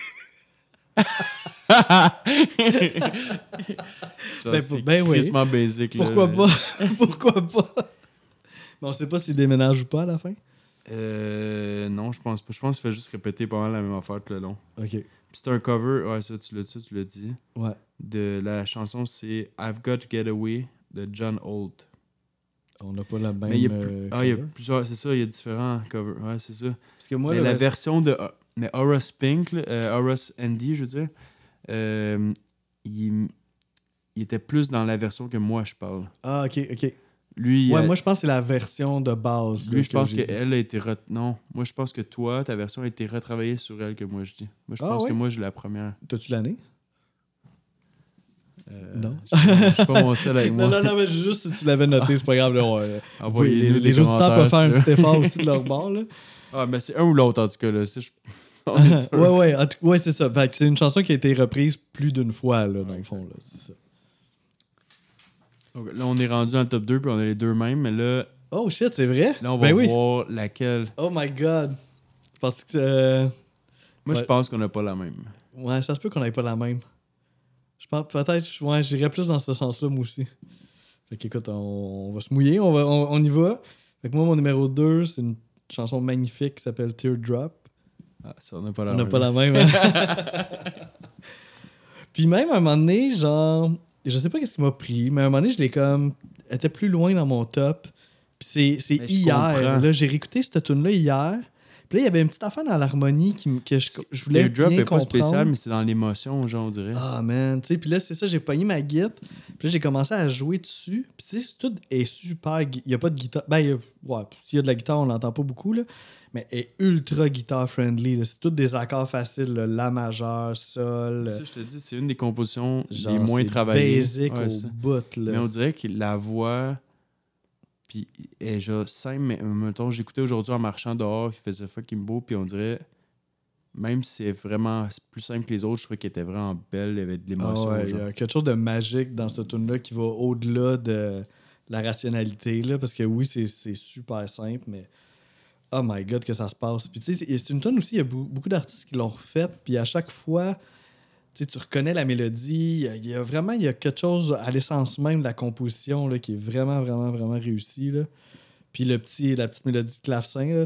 Ben oui. C'est basic. Pourquoi pas? Pourquoi pas? Mais on sait pas s'il déménage ou pas à la fin? Non, je pense pas. Je pense qu'il fait juste répéter pas mal la même affaire tout le long. OK. Puis c'est un cover, ouais, ça, tu l'as dit. Ouais. De la chanson, c'est I've Got to Get Away de John Holt. On n'a pas la même. Mais il y a plusieurs, c'est ça, il y a différents covers. Ouais, c'est ça. Parce que moi, la version de Horace Pink, Horace Andy, je veux dire, il était plus dans la version que moi je parle. Ah, ok. Lui, moi je pense que c'est la version de base. Lui, je pense qu'elle a été... Non, moi je pense que toi, ta version a été retravaillée sur elle que moi je dis. Moi je pense que moi j'ai la première. T'as-tu l'année? Non. Je suis pas mon seul avec moi. Non, mais juste si tu l'avais noté, c'est pas grave. Les auditeurs peuvent faire un petit effort aussi de leur bord. Là. Ah, mais c'est un ou l'autre en tout cas. Là. Ouais, c'est ça. Fait que c'est une chanson qui a été reprise plus d'une fois, là, dans le fond. Là, c'est ça. Donc, là, on est rendu dans le top 2 puis on a les deux mêmes, mais là... Oh shit, c'est vrai? Là, on va voir laquelle... Oh my god. Parce que... Moi, je pense qu'on n'a pas la même. Ouais, ça se peut qu'on n'ait pas la même. Je pense peut-être... Ouais, j'irais plus dans ce sens-là, moi aussi. Fait qu'écoute, on va se mouiller, on y va. Fait que moi, mon numéro 2, c'est une chanson magnifique qui s'appelle Teardrop. Ah, ça, on n'a pas la même. On n'a pas la même, hein? Puis même, à un moment donné, genre... Je sais pas qu'est-ce qui m'a pris, mais à un moment donné, je l'ai comme... Elle était plus loin dans mon top. Puis c'est hier. Là, j'ai réécouté cette tune-là hier. Puis là, il y avait une petite affaire dans l'harmonie que je voulais le drop bien est pas comprendre. spécial, mais c'est dans l'émotion, genre, on dirait. Ah, man, tu sais, puis là, c'est ça, j'ai pogné ma guitare, puis là, j'ai commencé à jouer dessus, puis tu sais, tout est super... Il n'y a pas de guitare... Ben, ouais, s'il y a de la guitare, on l'entend pas beaucoup, là, mais elle est ultra guitar-friendly, là. C'est tous des accords faciles, là, La majeur, Sol... Ça, je te dis, c'est une des compositions genre, les moins travaillées. Basic au bout, là. Mais on dirait que la voix... Puis, elle est genre simple, mais mettons, j'écoutais aujourd'hui en marchant dehors, il faisait fucking beau, puis on dirait... Même si c'est vraiment plus simple que les autres, je trouvais qu'elle était vraiment belle, il y avait de l'émotion. Ah ouais, il y a quelque chose de magique dans cette tune là qui va au-delà de la rationalité, là, parce que oui, c'est super simple, mais oh my God que ça se passe. Puis tu sais, c'est une tune aussi, il y a beaucoup d'artistes qui l'ont refaite, puis à chaque fois, tu reconnais la mélodie, il y a quelque chose à l'essence même de la composition là, qui est vraiment, vraiment, vraiment réussi, là. Puis la petite mélodie de clavecin, là,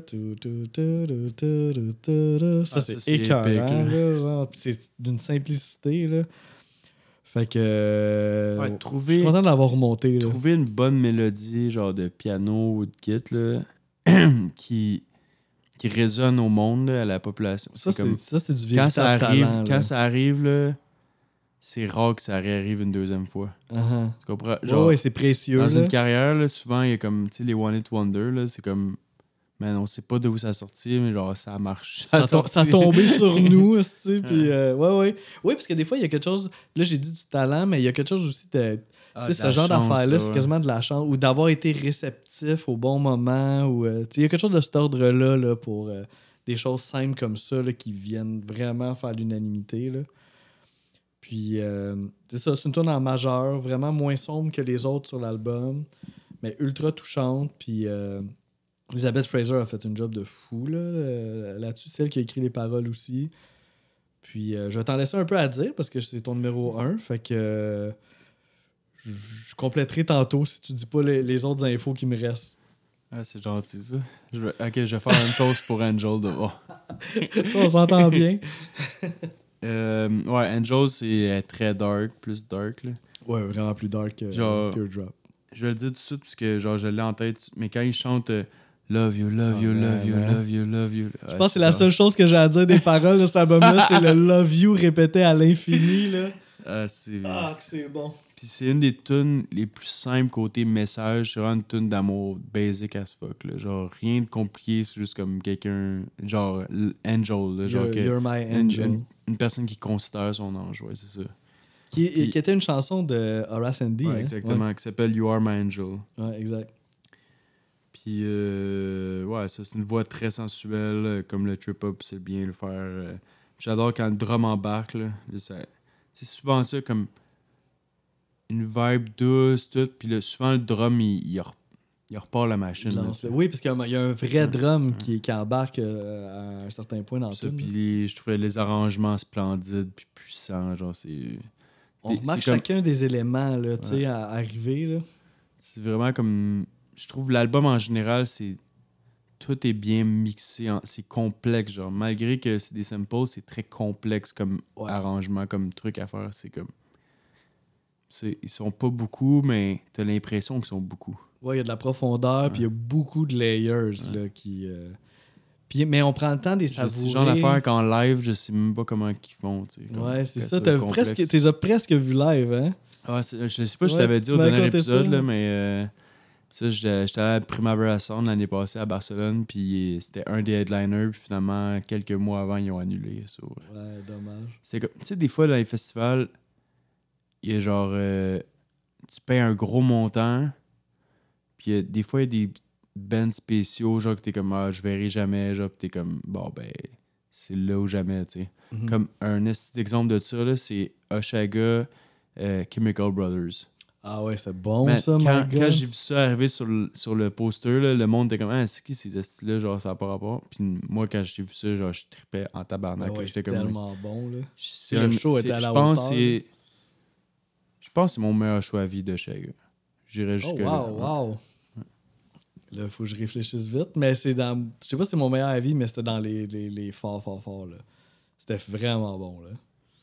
ça, c'est écœurant, là, genre, puis c'est d'une simplicité, là. Fait que Ouais, je suis content de l'avoir remonté. Là. Trouver une bonne mélodie, genre de piano ou de guitare, qui résonne au monde, là, à la population. Ça, c'est du quand véritable ça arrive, talent. Quand ça arrive, là, c'est rare que ça réarrive une deuxième fois. Uh-huh. Tu comprends? Genre, ouais, c'est précieux. Dans là. une carrière, là, souvent, il y a comme, tu sais, les One Hit Wonder, là, c'est comme... Man, on sait pas d'où ça a sorti, mais genre, ça marche. Ça a tombé sur nous, tu sais, puis ouais. Oui, parce que des fois, il y a quelque chose... Là, j'ai dit du talent, mais il y a quelque chose aussi de... tu sais, ce genre d'affaire-là, c'est quasiment de la chance. Ou d'avoir été réceptif au bon moment. Ou tu sais, il y a quelque chose de cet ordre-là là, pour des choses simples comme ça là, qui viennent vraiment faire l'unanimité, là. Puis, c'est ça, c'est une tune en majeur, vraiment moins sombre que les autres sur l'album, mais ultra touchante. Puis, Elizabeth Fraser a fait une job de fou là-dessus. C'est elle qui a écrit les paroles aussi. Puis, je vais t'en laisser un peu à dire parce que c'est ton numéro 1. Fait que je compléterai tantôt si tu dis pas les autres infos qui me restent. Ah, c'est gentil, ça. Ok, je vais faire une pause pour Angel de voir. On s'entend bien. Ouais, Angel, c'est très dark, plus dark, là. Ouais, vraiment plus dark que Teardrop. Je vais le dire tout de suite parce que genre, je l'ai en tête. Mais quand il chante Love you, love you, love you, love you, love you. Je pense que c'est la seule chose que j'ai à dire des paroles de cet album-là, c'est le love you répété à l'infini, là. C'est bon. Puis c'est une des tunes les plus simples côté message. C'est vraiment une tune d'amour basic as fuck, là. Genre, rien de compliqué, c'est juste comme quelqu'un. Genre, Angel, là. Genre, You're my angel. Une personne qui considère son ange, ouais, c'est ça. Qui était une chanson de Horace Andy. Ouais, exactement, qui s'appelle You Are My Angel. Ouais, exact. Puis, ouais, ça, c'est une voix très sensuelle, comme le trip-hop, c'est bien le faire. J'adore quand le drum embarque, là. C'est souvent ça, comme une vibe douce, tout. Puis là, souvent, le drum, il repart la machine. Là, oui, parce qu'il y a un vrai drum qui embarque à un certain point dans le film. Puis je trouvais les arrangements splendides puis puissants. Genre, c'est... On remarque chacun des éléments là, à arriver. Là. C'est vraiment comme... Je trouve l'album en général, c'est... Tout est bien mixé. C'est complexe, genre. Malgré que c'est des samples, c'est très complexe comme arrangement, comme truc à faire. C'est comme... Ils sont pas beaucoup, mais t'as l'impression qu'ils sont beaucoup. Ouais, il y a de la profondeur, puis il y a beaucoup de layers là, qui... mais on prend le temps de les savourer. C'est le genre d'affaire qu'en live, je sais même pas comment ils font. Ouais, c'est ça. T'es presque vu live, hein? Ah, je sais pas, je t'avais dit au dernier épisode, là, mais ça, j'étais à la Primavera Sound l'année passée à Barcelone, puis c'était un des headliners, puis finalement, quelques mois avant, ils ont annulé. So, ouais, dommage. C'est comme, tu sais, des fois, dans les festivals, il y a genre, tu payes un gros montant, puis des fois, il y a des bands spéciaux, genre que t'es comme, je verrai jamais, genre, pis t'es comme, bon, ben, c'est là ou jamais, tu sais. Mm-hmm. Comme un exemple de ça, là, c'est Oshaga, Chemical Brothers. Ah ouais, c'était bon, man, ça, quand j'ai vu ça arriver sur le poster, là, le monde était comme, c'est qui ces styles-là, genre, ça n'a pas rapport. Puis moi, quand j'ai vu ça, genre, je trippais en tabarnak. Ouais, j'étais comme, tellement bon, là. Le show était à la hauteur. Je pense que c'est mon meilleur choix à vie de Oshaga. J'irais jusque-là. Wow. Là, il faut que je réfléchisse vite, mais c'est dans... Je sais pas si c'est mon meilleur avis, mais c'était dans les forts, là. C'était vraiment bon, là.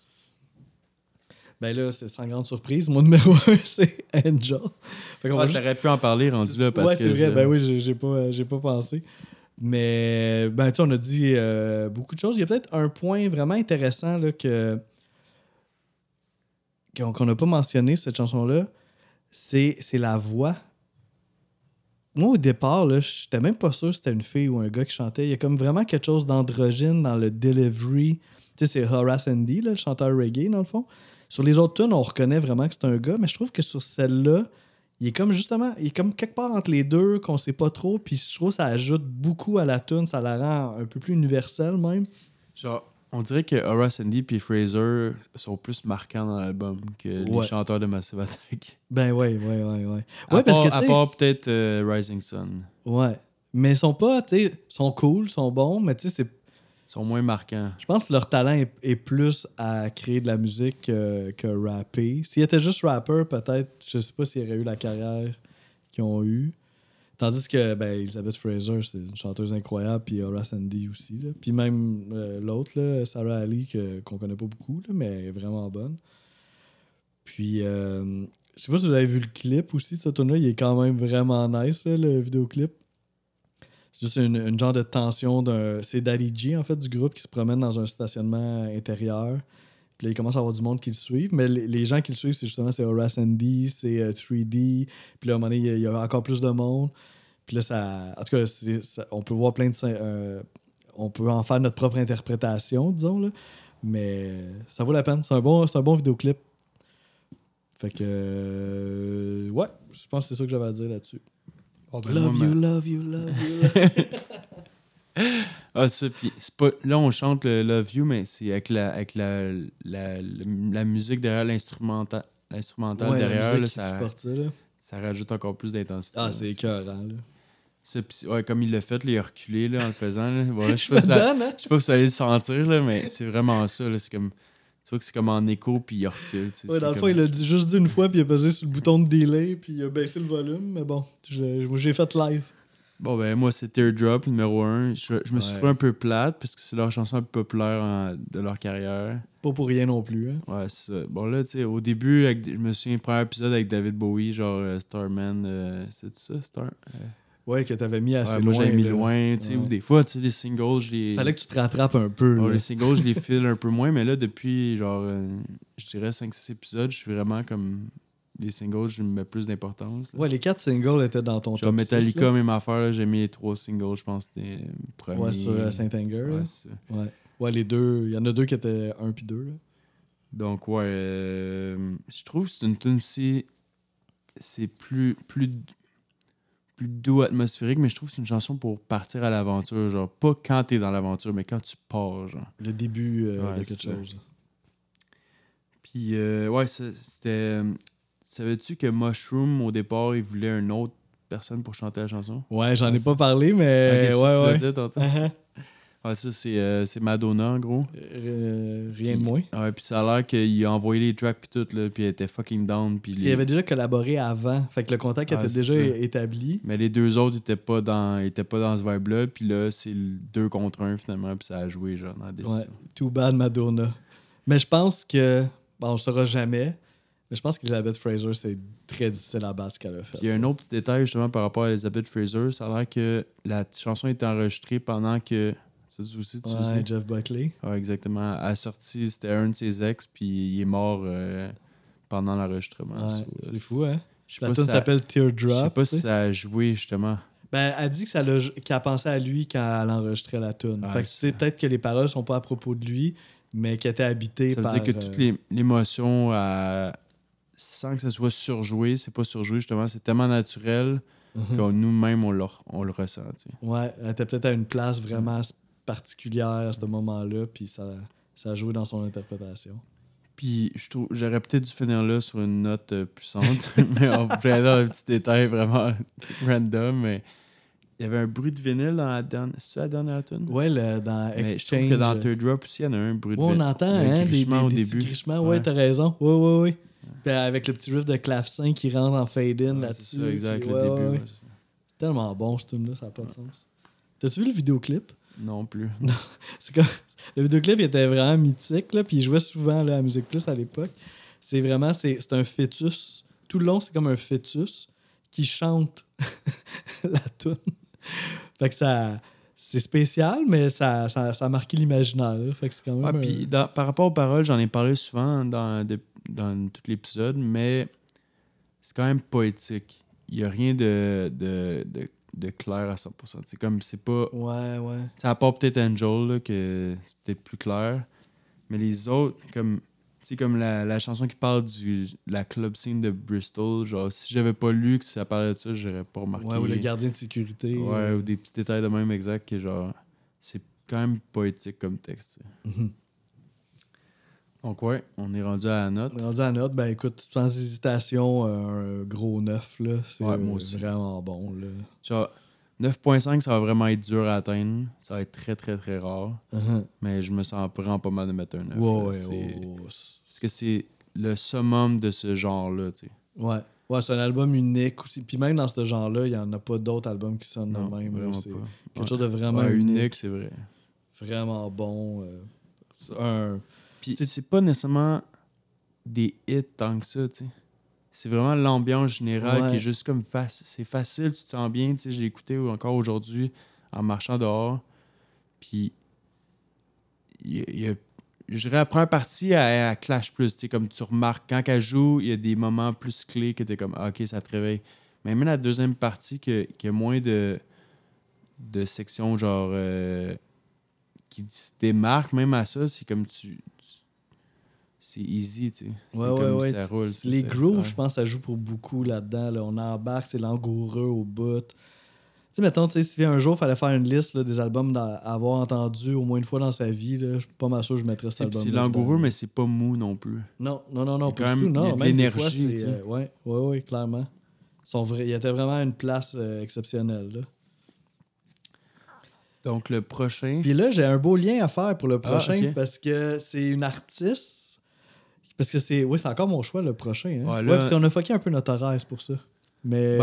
Ben là, c'est sans grande surprise. Mon numéro 1, c'est Angel. J'aurais pu en parler rendu là parce que... Ouais, c'est vrai. Ben oui, j'ai pas pensé. Mais, ben, tu sais, on a dit beaucoup de choses. Il y a peut-être un point vraiment intéressant là, qu'on n'a pas mentionné, cette chanson-là. C'est la voix. Moi, au départ, là, j'étais même pas sûr si c'était une fille ou un gars qui chantait. Il y a comme vraiment quelque chose d'androgyne dans le delivery. Tu sais, c'est Horace Andy, là, le chanteur reggae, dans le fond. Sur les autres tunes, on reconnaît vraiment que c'est un gars, mais je trouve que sur celle-là, il est comme quelque part entre les deux, qu'on sait pas trop, puis je trouve que ça ajoute beaucoup à la tune, ça la rend un peu plus universelle même. Genre, on dirait que Horace Andy et Fraser sont plus marquants dans l'album que les chanteurs de Massive Attack. Ben ouais. À part peut-être Rising Sun. Ouais. Mais ils sont pas, tu sais, sont cool, sont bons, mais tu sais, Ils sont moins marquants. Je pense que leur talent est plus à créer de la musique que rapper. S'ils étaient juste rappers, peut-être, je sais pas s'ils auraient eu la carrière qu'ils ont eu. Tandis que ben, Elizabeth Fraser, c'est une chanteuse incroyable, puis Horace Andy aussi. Là. Puis même l'autre, là, Sarah Ali, qu'on connaît pas beaucoup, là, mais elle est vraiment bonne. Puis, je sais pas si vous avez vu le clip aussi de ce tune-là, il est quand même vraiment nice, là, le vidéoclip. C'est juste une genre de tension c'est Daddy G, en fait, du groupe qui se promène dans un stationnement intérieur. Puis là, il commence à avoir du monde qui le suivent. Mais les gens qui le suivent, c'est Horace Andy, c'est 3D. Puis là, à un moment donné, il y a encore plus de monde. Puis là, en tout cas, on peut voir plein de... on peut en faire notre propre interprétation, disons. Là. Mais ça vaut la peine. C'est un bon vidéoclip. Fait que... ouais, je pense que c'est ça que j'avais à dire là-dessus. Oh, ben love you. Ah, ça, puis c'est pas... Là, on chante le Love You, mais c'est avec la musique derrière l'instrumental derrière, là, ça rajoute encore plus d'intensité. Ah, c'est écœurant, là. Ça, pis, ouais, comme il l'a fait, là, il a reculé là, en le faisant. Là. Bon, là, je sais pas si vous allez le sentir, là, mais c'est vraiment ça. Là, c'est comme... Tu vois que c'est comme en écho, puis il recule. Ouais, dans le fond, il a juste dit une fois, puis il a pesé sur le bouton de delay, puis il a baissé le volume. Mais bon, j'ai fait live. Bon, ben moi, c'est Teardrop, numéro 1. Je me suis trouvé un peu plate, parce que c'est leur chanson la plus populaire de leur carrière. Pas pour rien non plus. Hein. Ouais, c'est ça. Bon, là, tu sais, au début, je me souviens, le premier épisode avec David Bowie, genre Starman, c'est ça, Ouais, que t'avais mis assez loin. Moi, j'avais mis loin, tu sais, ou des fois, tu sais, les singles, je les... Fallait que tu te rattrapes un peu. Les singles, je les file un peu moins, mais là, depuis, genre, je dirais 5-6 épisodes, je suis vraiment comme... Les singles, je mets plus d'importance. Là. Ouais, les 4 singles étaient dans ton top 6. Metallica, même affaire, là, j'ai mis les 3 singles, je pense que c'était le premier. Ouais, sur Saint-Anger. Ouais, c'est ça. Ouais, les deux, il y en a 2 qui étaient 1 puis 2. Là. Donc, ouais, je trouve que c'est une tune aussi... C'est plus doux, atmosphérique, mais je trouve que c'est une chanson pour partir à l'aventure, genre pas quand t'es dans l'aventure, mais quand tu pars, genre. Le début de quelque chose. Puis, ouais, c'était... Savais-tu que Mushroom, au départ, il voulait une autre personne pour chanter la chanson? Ouais, j'en ai pas parlé, mais... Okay, ouais. Tu tantôt. Ouais, ça, c'est Madonna, en gros. Rien de moins. Ouais, puis ça a l'air qu'il a envoyé les tracks puis tout, là, puis elle était fucking down. Puis il avait déjà collaboré avant, fait que le contact était déjà établi. Mais les deux autres étaient pas dans ce vibe-là, puis là, c'est le 2 contre 1, finalement, puis ça a joué, genre, dans la décision. Ouais, too bad Madonna. Mais je pense que... Bon, on ne saura jamais, mais je pense qu'Elizabeth Fraser, c'est très difficile à battre ce qu'elle a fait. Puis il y a un autre petit détail, justement, par rapport à Elizabeth Fraser. Ça a l'air que la chanson était enregistrée pendant que... Ça aussi, tu sais. Jeff Buckley. Ouais, exactement. Elle a sorti, c'était un de ses ex, puis il est mort pendant l'enregistrement. Ouais, c'est fou, hein? La tune s'appelle Teardrop. Je sais pas si ça a joué, justement. Ben, elle dit qu'elle a pensé à lui quand elle enregistrait la tune. Fait que peut-être que les paroles sont pas à propos de lui, mais qu'elle était habitée par... Ça veut dire que toute l'émotion, sans que ça soit surjoué, c'est pas surjoué, justement. C'est tellement naturel que nous-mêmes, on le ressent. Tu sais. Ouais, elle était peut-être à une place vraiment particulière à ce moment-là, puis ça a joué dans son interprétation. Puis j'aurais peut-être dû finir là sur une note puissante, mais on pourrait aller dans un petit détail vraiment random, mais il y avait un bruit de vinyle dans la dernière... C'est-tu la dernière tune? Ouais, dans Exchange. Je trouve que dans Teardrop aussi, il y en a un bruit de vinyle. On entend, hein, des au début. Petits grichements. Ouais, t'as raison. Ouais. Puis avec le petit riff de clavecin qui rentre en fade-in là-dessus. C'est ça, exact, le début. Ouais, c'est ça. Tellement bon, ce tune-là, ça n'a pas de sens. T'as-tu vu le vidéoclip? Non plus. Non. C'est comme... Le vidéoclip il était vraiment mythique, là, puis il jouait souvent là, à Musique Plus à l'époque. C'est vraiment... C'est un fœtus. Tout le long, c'est comme un fœtus qui chante la tune. Fait que ça c'est spécial, mais ça a marqué l'imaginaire. Là. Fait que c'est quand même... Puis par rapport aux paroles, j'en ai parlé souvent dans tout l'épisode, mais c'est quand même poétique. Il n'y a rien de clair à 100%. C'est comme, c'est pas... Ouais. Ça à part peut-être Angel, là, que c'est peut-être plus clair. Mais les autres, comme... Tu sais, comme la chanson qui parle de la club scene de Bristol, genre, si j'avais pas lu que ça parlait de ça, j'aurais pas remarqué. Ouais, ou le gardien de sécurité. Ouais, ou des petits détails de même exact, que genre, c'est quand même poétique comme texte. Mm-hmm. Donc ouais, on est rendu à la note. On est rendu à la note, ben écoute, sans hésitation, un gros 9, là. C'est moi aussi. vraiment bon, là. Genre, 9.5, ça va vraiment être dur à atteindre. Ça va être très, très, très rare. Uh-huh. Mais je me sens vraiment pas mal de mettre un 9. Ouais. Parce que c'est le summum de ce genre-là, tu sais. Ouais, c'est un album unique aussi. Puis même dans ce genre-là, il n'y en a pas d'autres albums qui sonnent de même. Vraiment c'est pas. quelque chose de vraiment unique, c'est vrai. Vraiment bon. Puis c'est pas nécessairement des hits tant que ça, tu sais. C'est vraiment l'ambiance générale qui est juste comme c'est facile, tu te sens bien, tu sais. J'ai écouté encore aujourd'hui en marchant dehors. Puis je dirais la première partie, elle clash plus, tu sais, comme tu remarques, quand elle joue, il y a des moments plus clés que t'es comme, ah, ok, ça te réveille. Mais même la deuxième partie, qui a moins de sections, genre, qui se démarquent même à ça, c'est comme c'est easy, tu sais. C'est comme ça roule. Les grooves, je pense, ça joue pour beaucoup là-dedans. Là. On embarque, c'est langoureux au bout. Tu sais, mettons, si un jour il fallait faire une liste là, des albums à avoir entendu au moins une fois dans sa vie, là, je suis pas mal sûr que je mettrais cet album. C'est langoureux, mais c'est pas mou non plus. Non, pas du tout. Non, il y a de l'énergie. Oui, clairement. Il y a vraiment une place exceptionnelle. Là. Donc, le prochain... Puis là, j'ai un beau lien à faire pour le prochain parce que c'est une artiste. Parce que c'est encore mon choix, le prochain. Hein? Ouais, là... parce qu'on a fucké un peu notre horaire, c'est pour ça. Mais...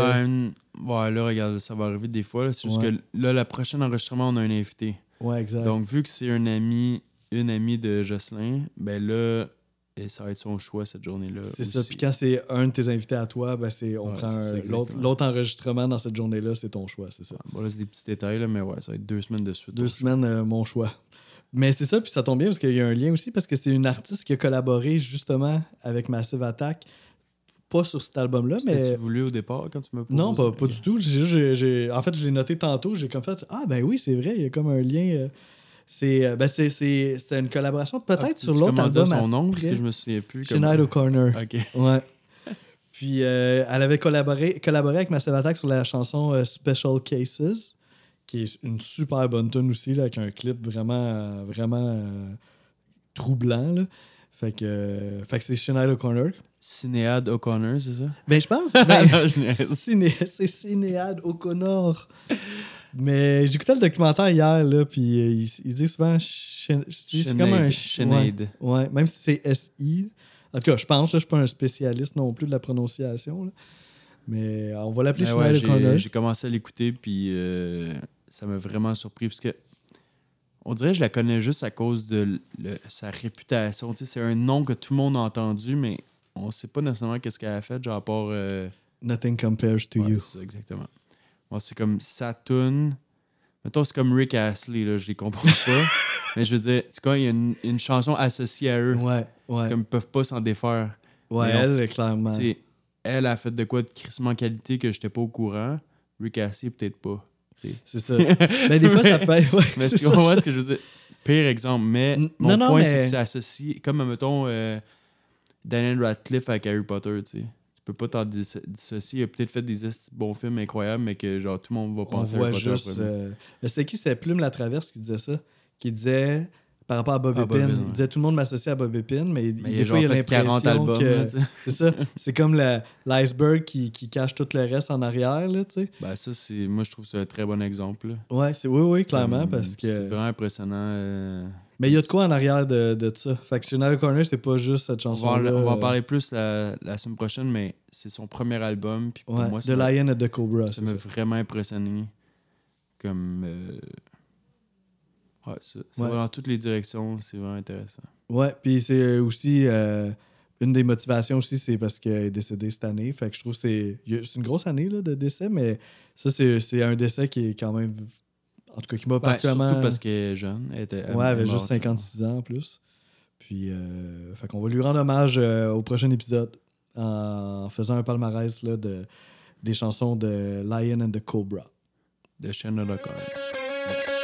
là, regarde, ça va arriver des fois. Là. C'est juste que là, le prochain enregistrement, on a un invité. Ouais, exact. Donc, vu que c'est une amie de Jocelyn, ben là, ça va être son choix cette journée-là. C'est ça. Puis quand c'est un de tes invités à toi, ben on prend l'autre enregistrement dans cette journée-là, c'est ton choix, c'est ça. Bon, là, c'est des petits détails, là, mais ouais, ça va être 2 semaines de suite. 2 semaines, mon choix. Mais c'est ça, puis ça tombe bien parce qu'il y a un lien aussi, parce que c'est une artiste qui a collaboré justement avec Massive Attack. Pas sur cet album-là, mais... T'as-tu voulu au départ quand tu m'as posé? Non, pas du tout. En fait, je l'ai noté tantôt. J'ai comme fait, ah ben oui, c'est vrai, il y a comme un lien... C'est une collaboration peut-être sur l'autre album. Son nom, parce que je me souviens plus. Sinead O'Connor. OK. Ouais. Puis elle avait collaboré avec Massive Attack sur la chanson Special Cases, qui est une super bonne tune aussi, là, avec un clip vraiment, vraiment troublant. Là. Fait que c'est Sinead O'Connor. Sinead O'Connor, c'est ça? Ben, je pense. C'est Sinead O'Connor. Mais j'écoutais le documentaire hier, là, puis il dit souvent c'est comme un Sinead. Ouais, même si c'est S-I. En tout cas, je pense, là, je suis pas un spécialiste non plus de la prononciation. Là. Mais on va l'appeler Sinead O'Connor. J'ai commencé à l'écouter, puis ça m'a vraiment surpris, parce que on dirait que je la connais juste à cause de sa réputation. Tu sais, c'est un nom que tout le monde a entendu, mais on sait pas nécessairement qu'est-ce qu'elle a fait, genre à part... Nothing compares to you. C'est ça, exactement. Bon, c'est comme Saturn. Mettons, c'est comme Rick Astley, là, je les comprends pas. Mais je veux dire, c'est quand il y a une chanson associée à eux. Ouais. C'est comme ils peuvent pas s'en défaire. Ouais, elle, clairement. Elle a fait de quoi de crissement qualité que j'étais pas au courant. Rick Astley, peut-être pas. T'sais. C'est ça. Mais des fois, ça peut être... Ouais, mais tu comprends ce que je veux dire? Pire exemple, mais mon point, c'est que c'est associé... Comme, mettons, Daniel Radcliffe avec Harry Potter, tu sais. Tu peux pas t'en dissocier. Il a peut-être fait des bons films incroyables, mais que genre tout le monde va penser à Harry Potter. C'était qui? C'était Plume Latraverse qui disait ça. Qui disait, par rapport à Bob Epine, il disait tout le monde m'associe à Bob Epine, mais des fois, il y a l'impression 40 albums, que... c'est ça. C'est comme l'iceberg qui cache tout le reste en arrière, là, tu sais. Ben ça, moi, je trouve que c'est un très bon exemple. Là. Ouais, oui, clairement, parce que... C'est vraiment impressionnant. Mais il y a de quoi en arrière de ça. Fait que Sinead O'Connor, c'est pas juste cette chanson-là. On va en parler plus la semaine prochaine, mais c'est son premier album. Puis pour moi, The Lion and the Cobra. Ça m'a vraiment impressionné. Comme... c'est dans toutes les directions. C'est vraiment intéressant. Ouais, puis c'est aussi... une des motivations aussi, c'est parce qu'elle est décédée cette année. Fait que je trouve que c'est une grosse année là, de décès, mais ça, c'est un décès qui est quand même en tout cas, qui m'a particulièrement... Surtout parce qu'elle est jeune. Elle avait juste 56 ans en plus. Puis, fait qu'on va lui rendre hommage au prochain épisode en faisant un palmarès là, des chansons de Lion and the Cobra. De Shane O'Connor. Yes.